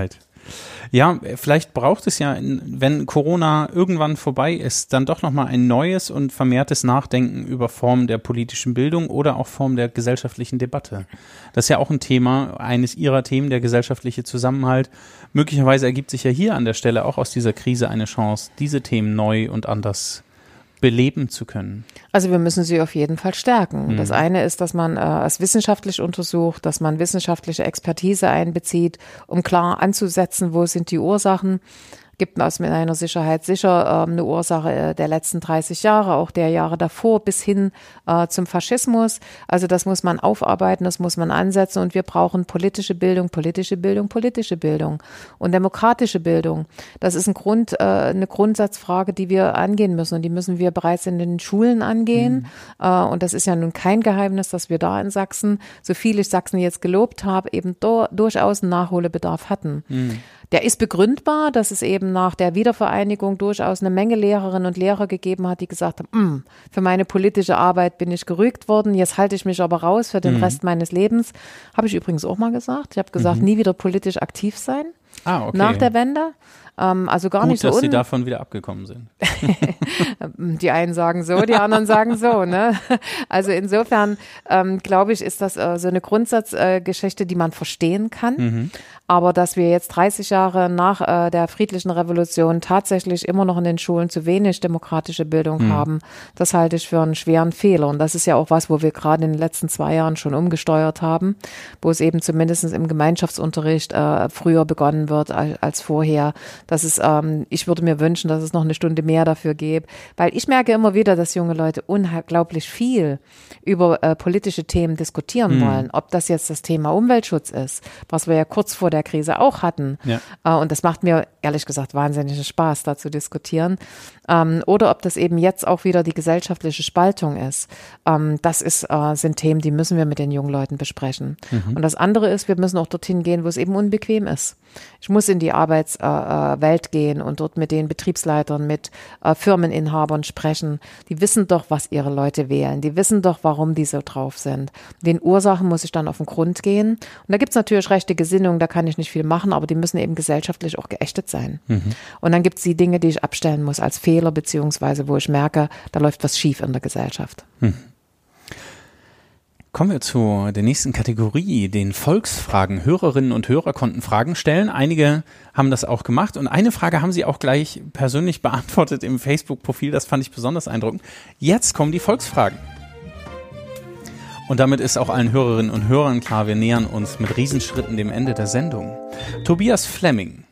Ja, vielleicht braucht es ja, wenn Corona irgendwann vorbei ist, dann doch nochmal ein neues und vermehrtes Nachdenken über Formen der politischen Bildung oder auch Formen der gesellschaftlichen Debatte. Das ist ja auch ein Thema, eines Ihrer Themen, der gesellschaftliche Zusammenhalt. Möglicherweise ergibt sich ja hier an der Stelle auch aus dieser Krise eine Chance, diese Themen neu und anders beleben zu können. Also wir müssen sie auf jeden Fall stärken. Mhm. Das eine ist, dass man äh, es wissenschaftlich untersucht, dass man wissenschaftliche Expertise einbezieht, um klar anzusetzen, wo sind die Ursachen. Gibt aus mit einer Sicherheit sicher äh, eine Ursache äh, der letzten dreißig Jahre, auch der Jahre davor bis hin äh, zum Faschismus. Also das muss man aufarbeiten, das muss man ansetzen und wir brauchen politische Bildung, politische Bildung, politische Bildung und demokratische Bildung. Das ist ein Grund, äh, eine Grundsatzfrage, die wir angehen müssen und die müssen wir bereits in den Schulen angehen. Mhm. Äh, und das ist ja nun kein Geheimnis, dass wir da in Sachsen, so viel ich Sachsen jetzt gelobt habe, eben do, durchaus einen Nachholbedarf hatten. Mhm. Der ist begründbar, dass es eben nach der Wiedervereinigung durchaus eine Menge Lehrerinnen und Lehrer gegeben hat, die gesagt haben, für meine politische Arbeit bin ich gerügt worden, jetzt halte ich mich aber raus für den mhm. Rest meines Lebens. Habe ich übrigens auch mal gesagt. Ich habe gesagt, mhm. nie wieder politisch aktiv sein. Ah, okay. Nach der Wende. Ähm, also gar Gut, nicht so dass un- Sie davon wieder abgekommen sind. Die einen sagen so, die anderen sagen so. Ne? Also insofern ähm, glaube ich, ist das äh, so eine Grundsatzgeschichte, äh, die man verstehen kann. Mhm. Aber dass wir jetzt dreißig Jahre nach äh, der friedlichen Revolution tatsächlich immer noch in den Schulen zu wenig demokratische Bildung mhm. haben, das halte ich für einen schweren Fehler. Und das ist ja auch was, wo wir gerade in den letzten zwei Jahren schon umgesteuert haben, wo es eben zumindest im Gemeinschaftsunterricht äh, früher begonnen wird als, als vorher. Das ist, ähm, ich würde mir wünschen, dass es noch eine Stunde mehr dafür gäbe, weil ich merke immer wieder, dass junge Leute unglaublich viel über äh, politische Themen diskutieren mhm. wollen. Ob das jetzt das Thema Umweltschutz ist, was wir ja kurz vor der Krise auch hatten. Ja. Äh, und das macht mir ehrlich gesagt wahnsinnigen Spaß, da zu diskutieren. Ähm, oder ob das eben jetzt auch wieder die gesellschaftliche Spaltung ist. Ähm, das ist, äh, sind Themen, die müssen wir mit den jungen Leuten besprechen. Mhm. Und das andere ist, wir müssen auch dorthin gehen, wo es eben unbequem ist. Ich muss in die Arbeitswelt äh, gehen und dort mit den Betriebsleitern, mit äh, Firmeninhabern sprechen. Die wissen doch, was ihre Leute wählen. Die wissen doch, warum die so drauf sind. Den Ursachen muss ich dann auf den Grund gehen. Und da gibt es natürlich rechte Gesinnung, da kann ich nicht viel machen, aber die müssen eben gesellschaftlich auch geächtet sein. Mhm. Und dann gibt es die Dinge, die ich abstellen muss als Fehler, beziehungsweise wo ich merke, da läuft was schief in der Gesellschaft. Mhm. Kommen wir zu der nächsten Kategorie, den Volksfragen. Hörerinnen und Hörer konnten Fragen stellen. Einige haben das auch gemacht und eine Frage haben sie auch gleich persönlich beantwortet im Facebook-Profil. Das fand ich besonders eindruckend. Jetzt kommen die Volksfragen. Und damit ist auch allen Hörerinnen und Hörern klar, wir nähern uns mit Riesenschritten dem Ende der Sendung. Tobias Flemming.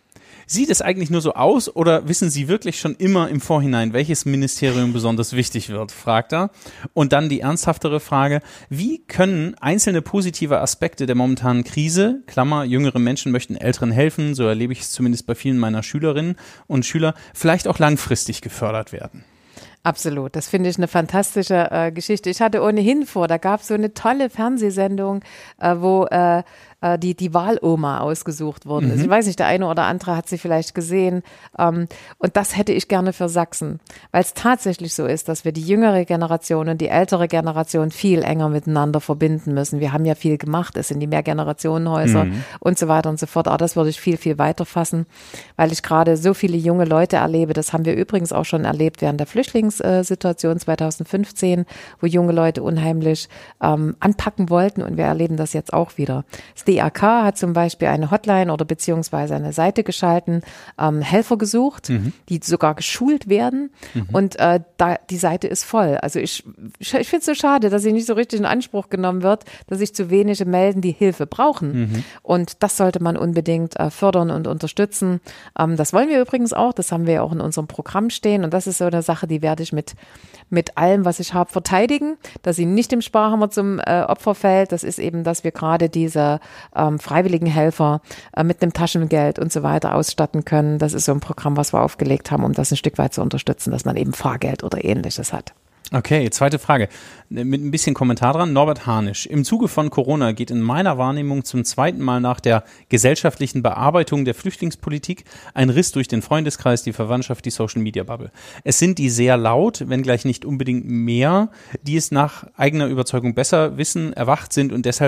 Sieht es eigentlich nur so aus oder wissen Sie wirklich schon immer im Vorhinein, welches Ministerium besonders wichtig wird, fragt er. Und dann die ernsthaftere Frage, wie können einzelne positive Aspekte der momentanen Krise, Klammer, jüngere Menschen möchten Älteren helfen, so erlebe ich es zumindest bei vielen meiner Schülerinnen und Schüler, vielleicht auch langfristig gefördert werden? Absolut, das finde ich eine fantastische äh, Geschichte. Ich hatte ohnehin vor, da gab es so eine tolle Fernsehsendung, äh, wo äh, die die Wahloma ausgesucht worden ist. Mhm. Ich weiß nicht, der eine oder andere hat sie vielleicht gesehen. Ähm, und das hätte ich gerne für Sachsen, weil es tatsächlich so ist, dass wir die jüngere Generation und die ältere Generation viel enger miteinander verbinden müssen. Wir haben ja viel gemacht, es sind die Mehrgenerationenhäuser mhm. und so weiter und so fort. Aber das würde ich viel, viel weiter fassen, weil ich gerade so viele junge Leute erlebe. Das haben wir übrigens auch schon erlebt während der Flüchtlingssituation zweitausendfünfzehn, wo junge Leute unheimlich ähm, anpacken wollten und wir erleben das jetzt auch wieder. Das D R K hat zum Beispiel eine Hotline oder beziehungsweise eine Seite geschalten, ähm, Helfer gesucht, mhm. die sogar geschult werden mhm. und äh, da, die Seite ist voll. Also ich, ich, ich finde es so schade, dass sie nicht so richtig in Anspruch genommen wird, dass sich zu wenige melden, die Hilfe brauchen. Mhm. Und das sollte man unbedingt äh, fördern und unterstützen. Ähm, das wollen wir übrigens auch, das haben wir ja auch in unserem Programm stehen und das ist so eine Sache, die werde ich mit mit allem, was ich habe, verteidigen, dass sie nicht dem Sparhammer zum äh, Opfer fällt. Das ist eben, dass wir gerade diese ähm, freiwilligen Helfer äh, mit einem Taschengeld und so weiter ausstatten können. Das ist so ein Programm, was wir aufgelegt haben, um das ein Stück weit zu unterstützen, dass man eben Fahrgeld oder Ähnliches hat. Okay, zweite Frage. Mit ein bisschen Kommentar dran. Norbert Harnisch. Im Zuge von Corona geht in meiner Wahrnehmung zum zweiten Mal nach der gesellschaftlichen Bearbeitung der Flüchtlingspolitik ein Riss durch den Freundeskreis, die Verwandtschaft, die Social-Media-Bubble. Es sind die sehr laut, wenngleich nicht unbedingt mehr, die es nach eigener Überzeugung besser wissen, erwacht sind und deshalb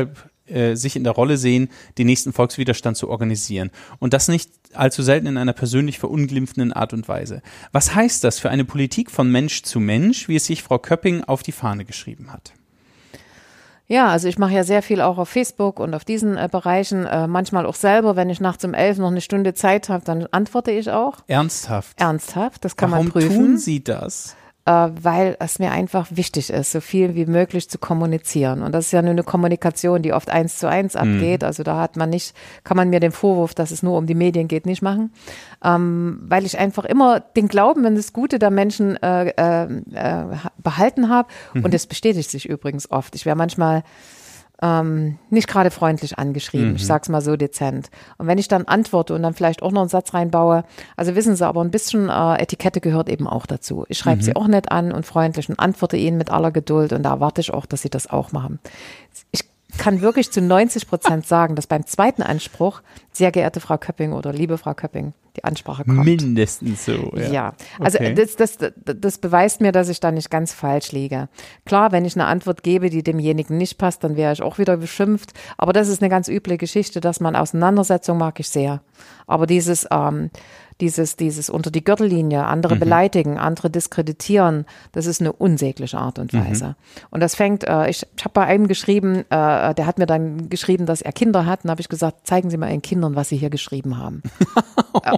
äh, sich in der Rolle sehen, den nächsten Volkswiderstand zu organisieren. Und das nicht allzu selten in einer persönlich verunglimpfenden Art und Weise. Was heißt das für eine Politik von Mensch zu Mensch, wie es sich Frau Köpping auf die Fahne geschrieben hat? Ja, also ich mache ja sehr viel auch auf Facebook und auf diesen äh, Bereichen, äh, manchmal auch selber, wenn ich nachts um elf noch eine Stunde Zeit habe, dann antworte ich auch. Ernsthaft? Ernsthaft, das kann Warum man prüfen. Warum tun Sie das? Äh, weil es mir einfach wichtig ist, so viel wie möglich zu kommunizieren. Und das ist ja nur eine Kommunikation, die oft eins zu eins abgeht. Mhm. Also da hat man nicht, kann man mir den Vorwurf, dass es nur um die Medien geht, nicht machen. Ähm, weil ich einfach immer den Glauben an das Gute der Menschen äh, äh, behalten habe. Mhm. Und das bestätigt sich übrigens oft. Ich wäre manchmal Ähm, nicht gerade freundlich angeschrieben, mhm. ich sag's mal so dezent. Und wenn ich dann antworte und dann vielleicht auch noch einen Satz reinbaue, also wissen Sie, aber ein bisschen äh, Etikette gehört eben auch dazu. Ich schreibe mhm. sie auch nett an und freundlich und antworte ihnen mit aller Geduld und da erwarte ich auch, dass sie das auch machen. Ich kann wirklich zu neunzig Prozent sagen, dass beim zweiten Anspruch, sehr geehrte Frau Köpping oder liebe Frau Köpping, die Ansprache kommt. Mindestens so, ja. Ja, also okay. das, das, das beweist mir, dass ich da nicht ganz falsch liege. Klar, wenn ich eine Antwort gebe, die demjenigen nicht passt, dann wäre ich auch wieder beschimpft. Aber das ist eine ganz üble Geschichte, dass man Auseinandersetzung mag ich sehr. Aber dieses, ähm, dieses, dieses unter die Gürtellinie, andere mhm. beleidigen, andere diskreditieren, das ist eine unsägliche Art und Weise. Mhm. Und das fängt, äh, ich, ich habe bei einem geschrieben, äh, der hat mir dann geschrieben, dass er Kinder hat. Und habe ich gesagt, zeigen Sie mal Ihren Kindern, was Sie hier geschrieben haben. äh,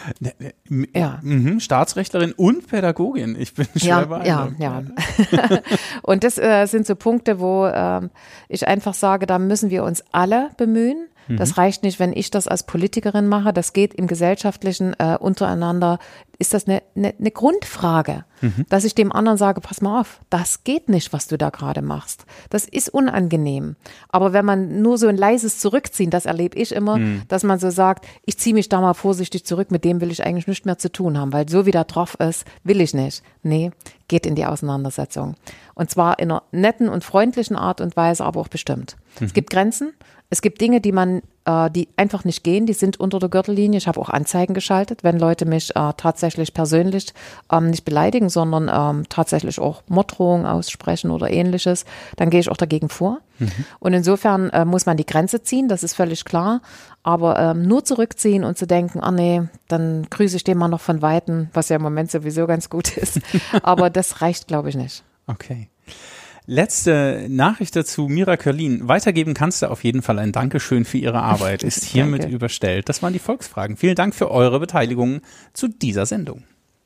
ja. Mhm, Staatsrechtlerin und Pädagogin. Ich bin schwer ja, beeindruckt. Ja, ja. Und das äh, sind so Punkte, wo äh, ich einfach sage, da müssen wir uns alle bemühen. Das reicht nicht, wenn ich das als Politikerin mache. Das geht im Gesellschaftlichen äh, untereinander. Ist das eine, eine, eine Grundfrage, mhm. dass ich dem anderen sage, pass mal auf, das geht nicht, was du da gerade machst. Das ist unangenehm. Aber wenn man nur so ein leises Zurückziehen, das erlebe ich immer, mhm. dass man so sagt, ich ziehe mich da mal vorsichtig zurück, mit dem will ich eigentlich nichts mehr zu tun haben, weil so wie der drauf ist, will ich nicht. Nee, geht in die Auseinandersetzung. Und zwar in einer netten und freundlichen Art und Weise, aber auch bestimmt. Mhm. Es gibt Grenzen. Es gibt Dinge, die man, äh, die einfach nicht gehen, die sind unter der Gürtellinie. Ich habe auch Anzeigen geschaltet, wenn Leute mich äh, tatsächlich persönlich ähm, nicht beleidigen, sondern ähm, tatsächlich auch Morddrohungen aussprechen oder ähnliches, dann gehe ich auch dagegen vor. Mhm. Und insofern äh, muss man die Grenze ziehen, das ist völlig klar. Aber ähm, nur zurückziehen und zu denken, ah nee, dann grüße ich den mal noch von Weitem, was ja im Moment sowieso ganz gut ist. Aber das reicht, glaube ich, nicht. Okay. Letzte Nachricht dazu, Mira Körlin. Weitergeben kannst du auf jeden Fall ein Dankeschön für Ihre Arbeit, ist hiermit überstellt. Das waren die Volksfragen. Vielen Dank für eure Beteiligung zu dieser Sendung.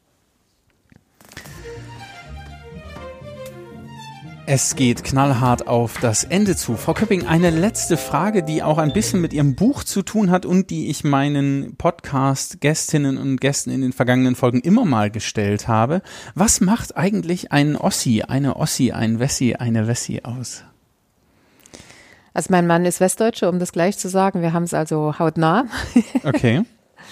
Es geht knallhart auf das Ende zu. Frau Köpping, eine letzte Frage, die auch ein bisschen mit Ihrem Buch zu tun hat und die ich meinen Podcast-Gästinnen und Gästen in den vergangenen Folgen immer mal gestellt habe. Was macht eigentlich ein Ossi, eine Ossi, ein Wessi, eine Wessi aus? Also mein Mann ist Westdeutsche, um das gleich zu sagen. Wir haben es also hautnah. Okay.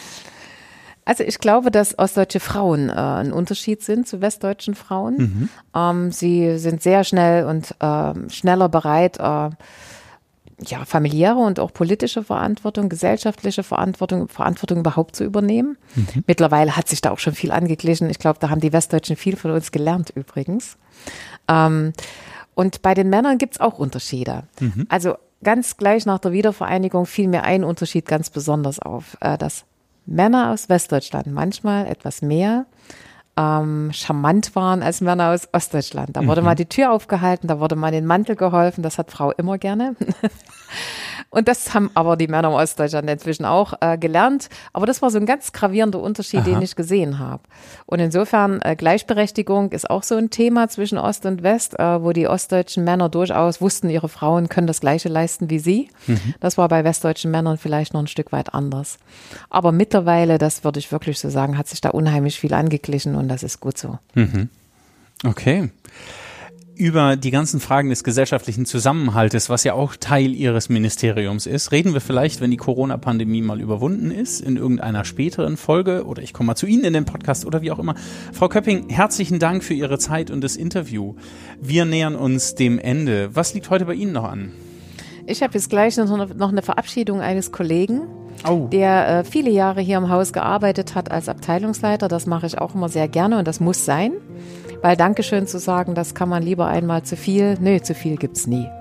Also ich glaube, dass ostdeutsche Frauen äh, ein Unterschied sind zu westdeutschen Frauen. Mhm. Ähm, sie sind sehr schnell und äh, schneller bereit, äh, ja, familiäre und auch politische Verantwortung, gesellschaftliche Verantwortung, Verantwortung überhaupt zu übernehmen. Mhm. Mittlerweile hat sich da auch schon viel angeglichen. Ich glaube, da haben die Westdeutschen viel von uns gelernt übrigens. Ähm, und bei den Männern gibt es auch Unterschiede. Mhm. Also ganz gleich nach der Wiedervereinigung fiel mir ein Unterschied ganz besonders auf, äh, dass Männer aus Westdeutschland manchmal etwas mehr ähm, charmant waren als Männer aus Ostdeutschland. Da wurde mhm. mal die Tür aufgehalten, da wurde mal den Mantel geholfen, das hat Frau immer gerne. Und das haben aber die Männer aus Ostdeutschland inzwischen auch äh, gelernt. Aber das war so ein ganz gravierender Unterschied, Aha. den ich gesehen habe. Und insofern äh, Gleichberechtigung ist auch so ein Thema zwischen Ost und West, äh, wo die ostdeutschen Männer durchaus wussten, ihre Frauen können das Gleiche leisten wie sie. Mhm. Das war bei westdeutschen Männern vielleicht noch ein Stück weit anders. Aber mittlerweile, das würde ich wirklich so sagen, hat sich da unheimlich viel angeglichen und das ist gut so. Mhm. Okay. Über die ganzen Fragen des gesellschaftlichen Zusammenhaltes, was ja auch Teil Ihres Ministeriums ist, reden wir vielleicht, wenn die Corona-Pandemie mal überwunden ist, in irgendeiner späteren Folge oder ich komme mal zu Ihnen in den Podcast oder wie auch immer. Frau Köpping, herzlichen Dank für Ihre Zeit und das Interview. Wir nähern uns dem Ende. Was liegt heute bei Ihnen noch an? Ich habe jetzt gleich noch eine Verabschiedung eines Kollegen, oh. der äh, viele Jahre hier im Haus gearbeitet hat als Abteilungsleiter. Das mache ich auch immer sehr gerne und das muss sein. Weil Dankeschön zu sagen, das kann man lieber einmal zu viel, nö, zu viel gibt's nie.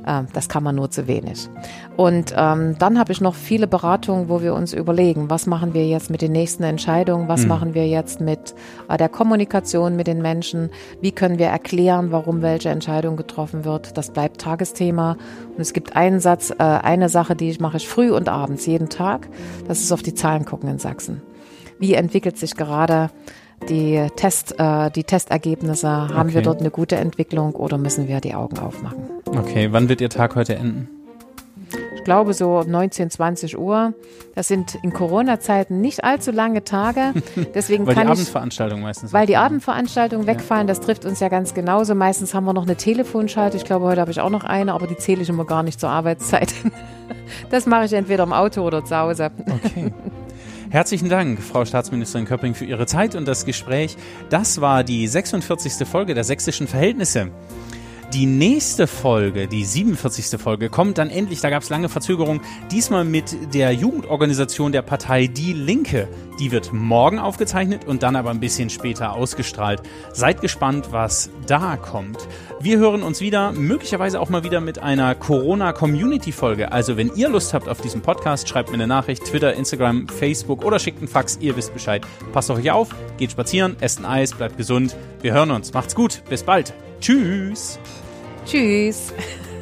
äh, das kann man nur zu wenig. Und ähm, dann habe ich noch viele Beratungen, wo wir uns überlegen, was machen wir jetzt mit den nächsten Entscheidungen, was mhm. machen wir jetzt mit äh, der Kommunikation mit den Menschen, wie können wir erklären, warum welche Entscheidung getroffen wird. Das bleibt Tagesthema. Und es gibt einen Satz, äh, eine Sache, die ich mache ich früh und abends, jeden Tag. Das ist auf die Zahlen gucken in Sachsen. Wie entwickelt sich gerade die Test, äh, die Testergebnisse? Haben okay. wir dort eine gute Entwicklung oder müssen wir die Augen aufmachen? Okay, wann wird Ihr Tag heute enden? Ich glaube so neunzehn, zwanzig Uhr. Das sind in Corona-Zeiten nicht allzu lange Tage. Deswegen weil kann die ich, Abendveranstaltungen meistens Weil die wegfallen. Abendveranstaltungen wegfallen, das trifft uns ja ganz genauso. Meistens haben wir noch eine Telefonschalte. Ich glaube, heute habe ich auch noch eine, aber die zähle ich immer gar nicht zur Arbeitszeit. Das mache ich entweder im Auto oder zu Hause. Okay. Herzlichen Dank, Frau Staatsministerin Köpping, für Ihre Zeit und das Gespräch. Das war die sechsundvierzigste Folge der Sächsischen Verhältnisse. Die nächste Folge, die siebenundvierzigste Folge, kommt dann endlich, da gab es lange Verzögerung, diesmal mit der Jugendorganisation der Partei Die Linke. Die wird morgen aufgezeichnet und dann aber ein bisschen später ausgestrahlt. Seid gespannt, was da kommt. Wir hören uns wieder, möglicherweise auch mal wieder mit einer Corona-Community-Folge. Also wenn ihr Lust habt auf diesen Podcast, schreibt mir eine Nachricht, Twitter, Instagram, Facebook oder schickt einen Fax, ihr wisst Bescheid. Passt auf euch auf, geht spazieren, esst ein Eis, bleibt gesund. Wir hören uns, macht's gut, bis bald. Tschüss. Tschüss.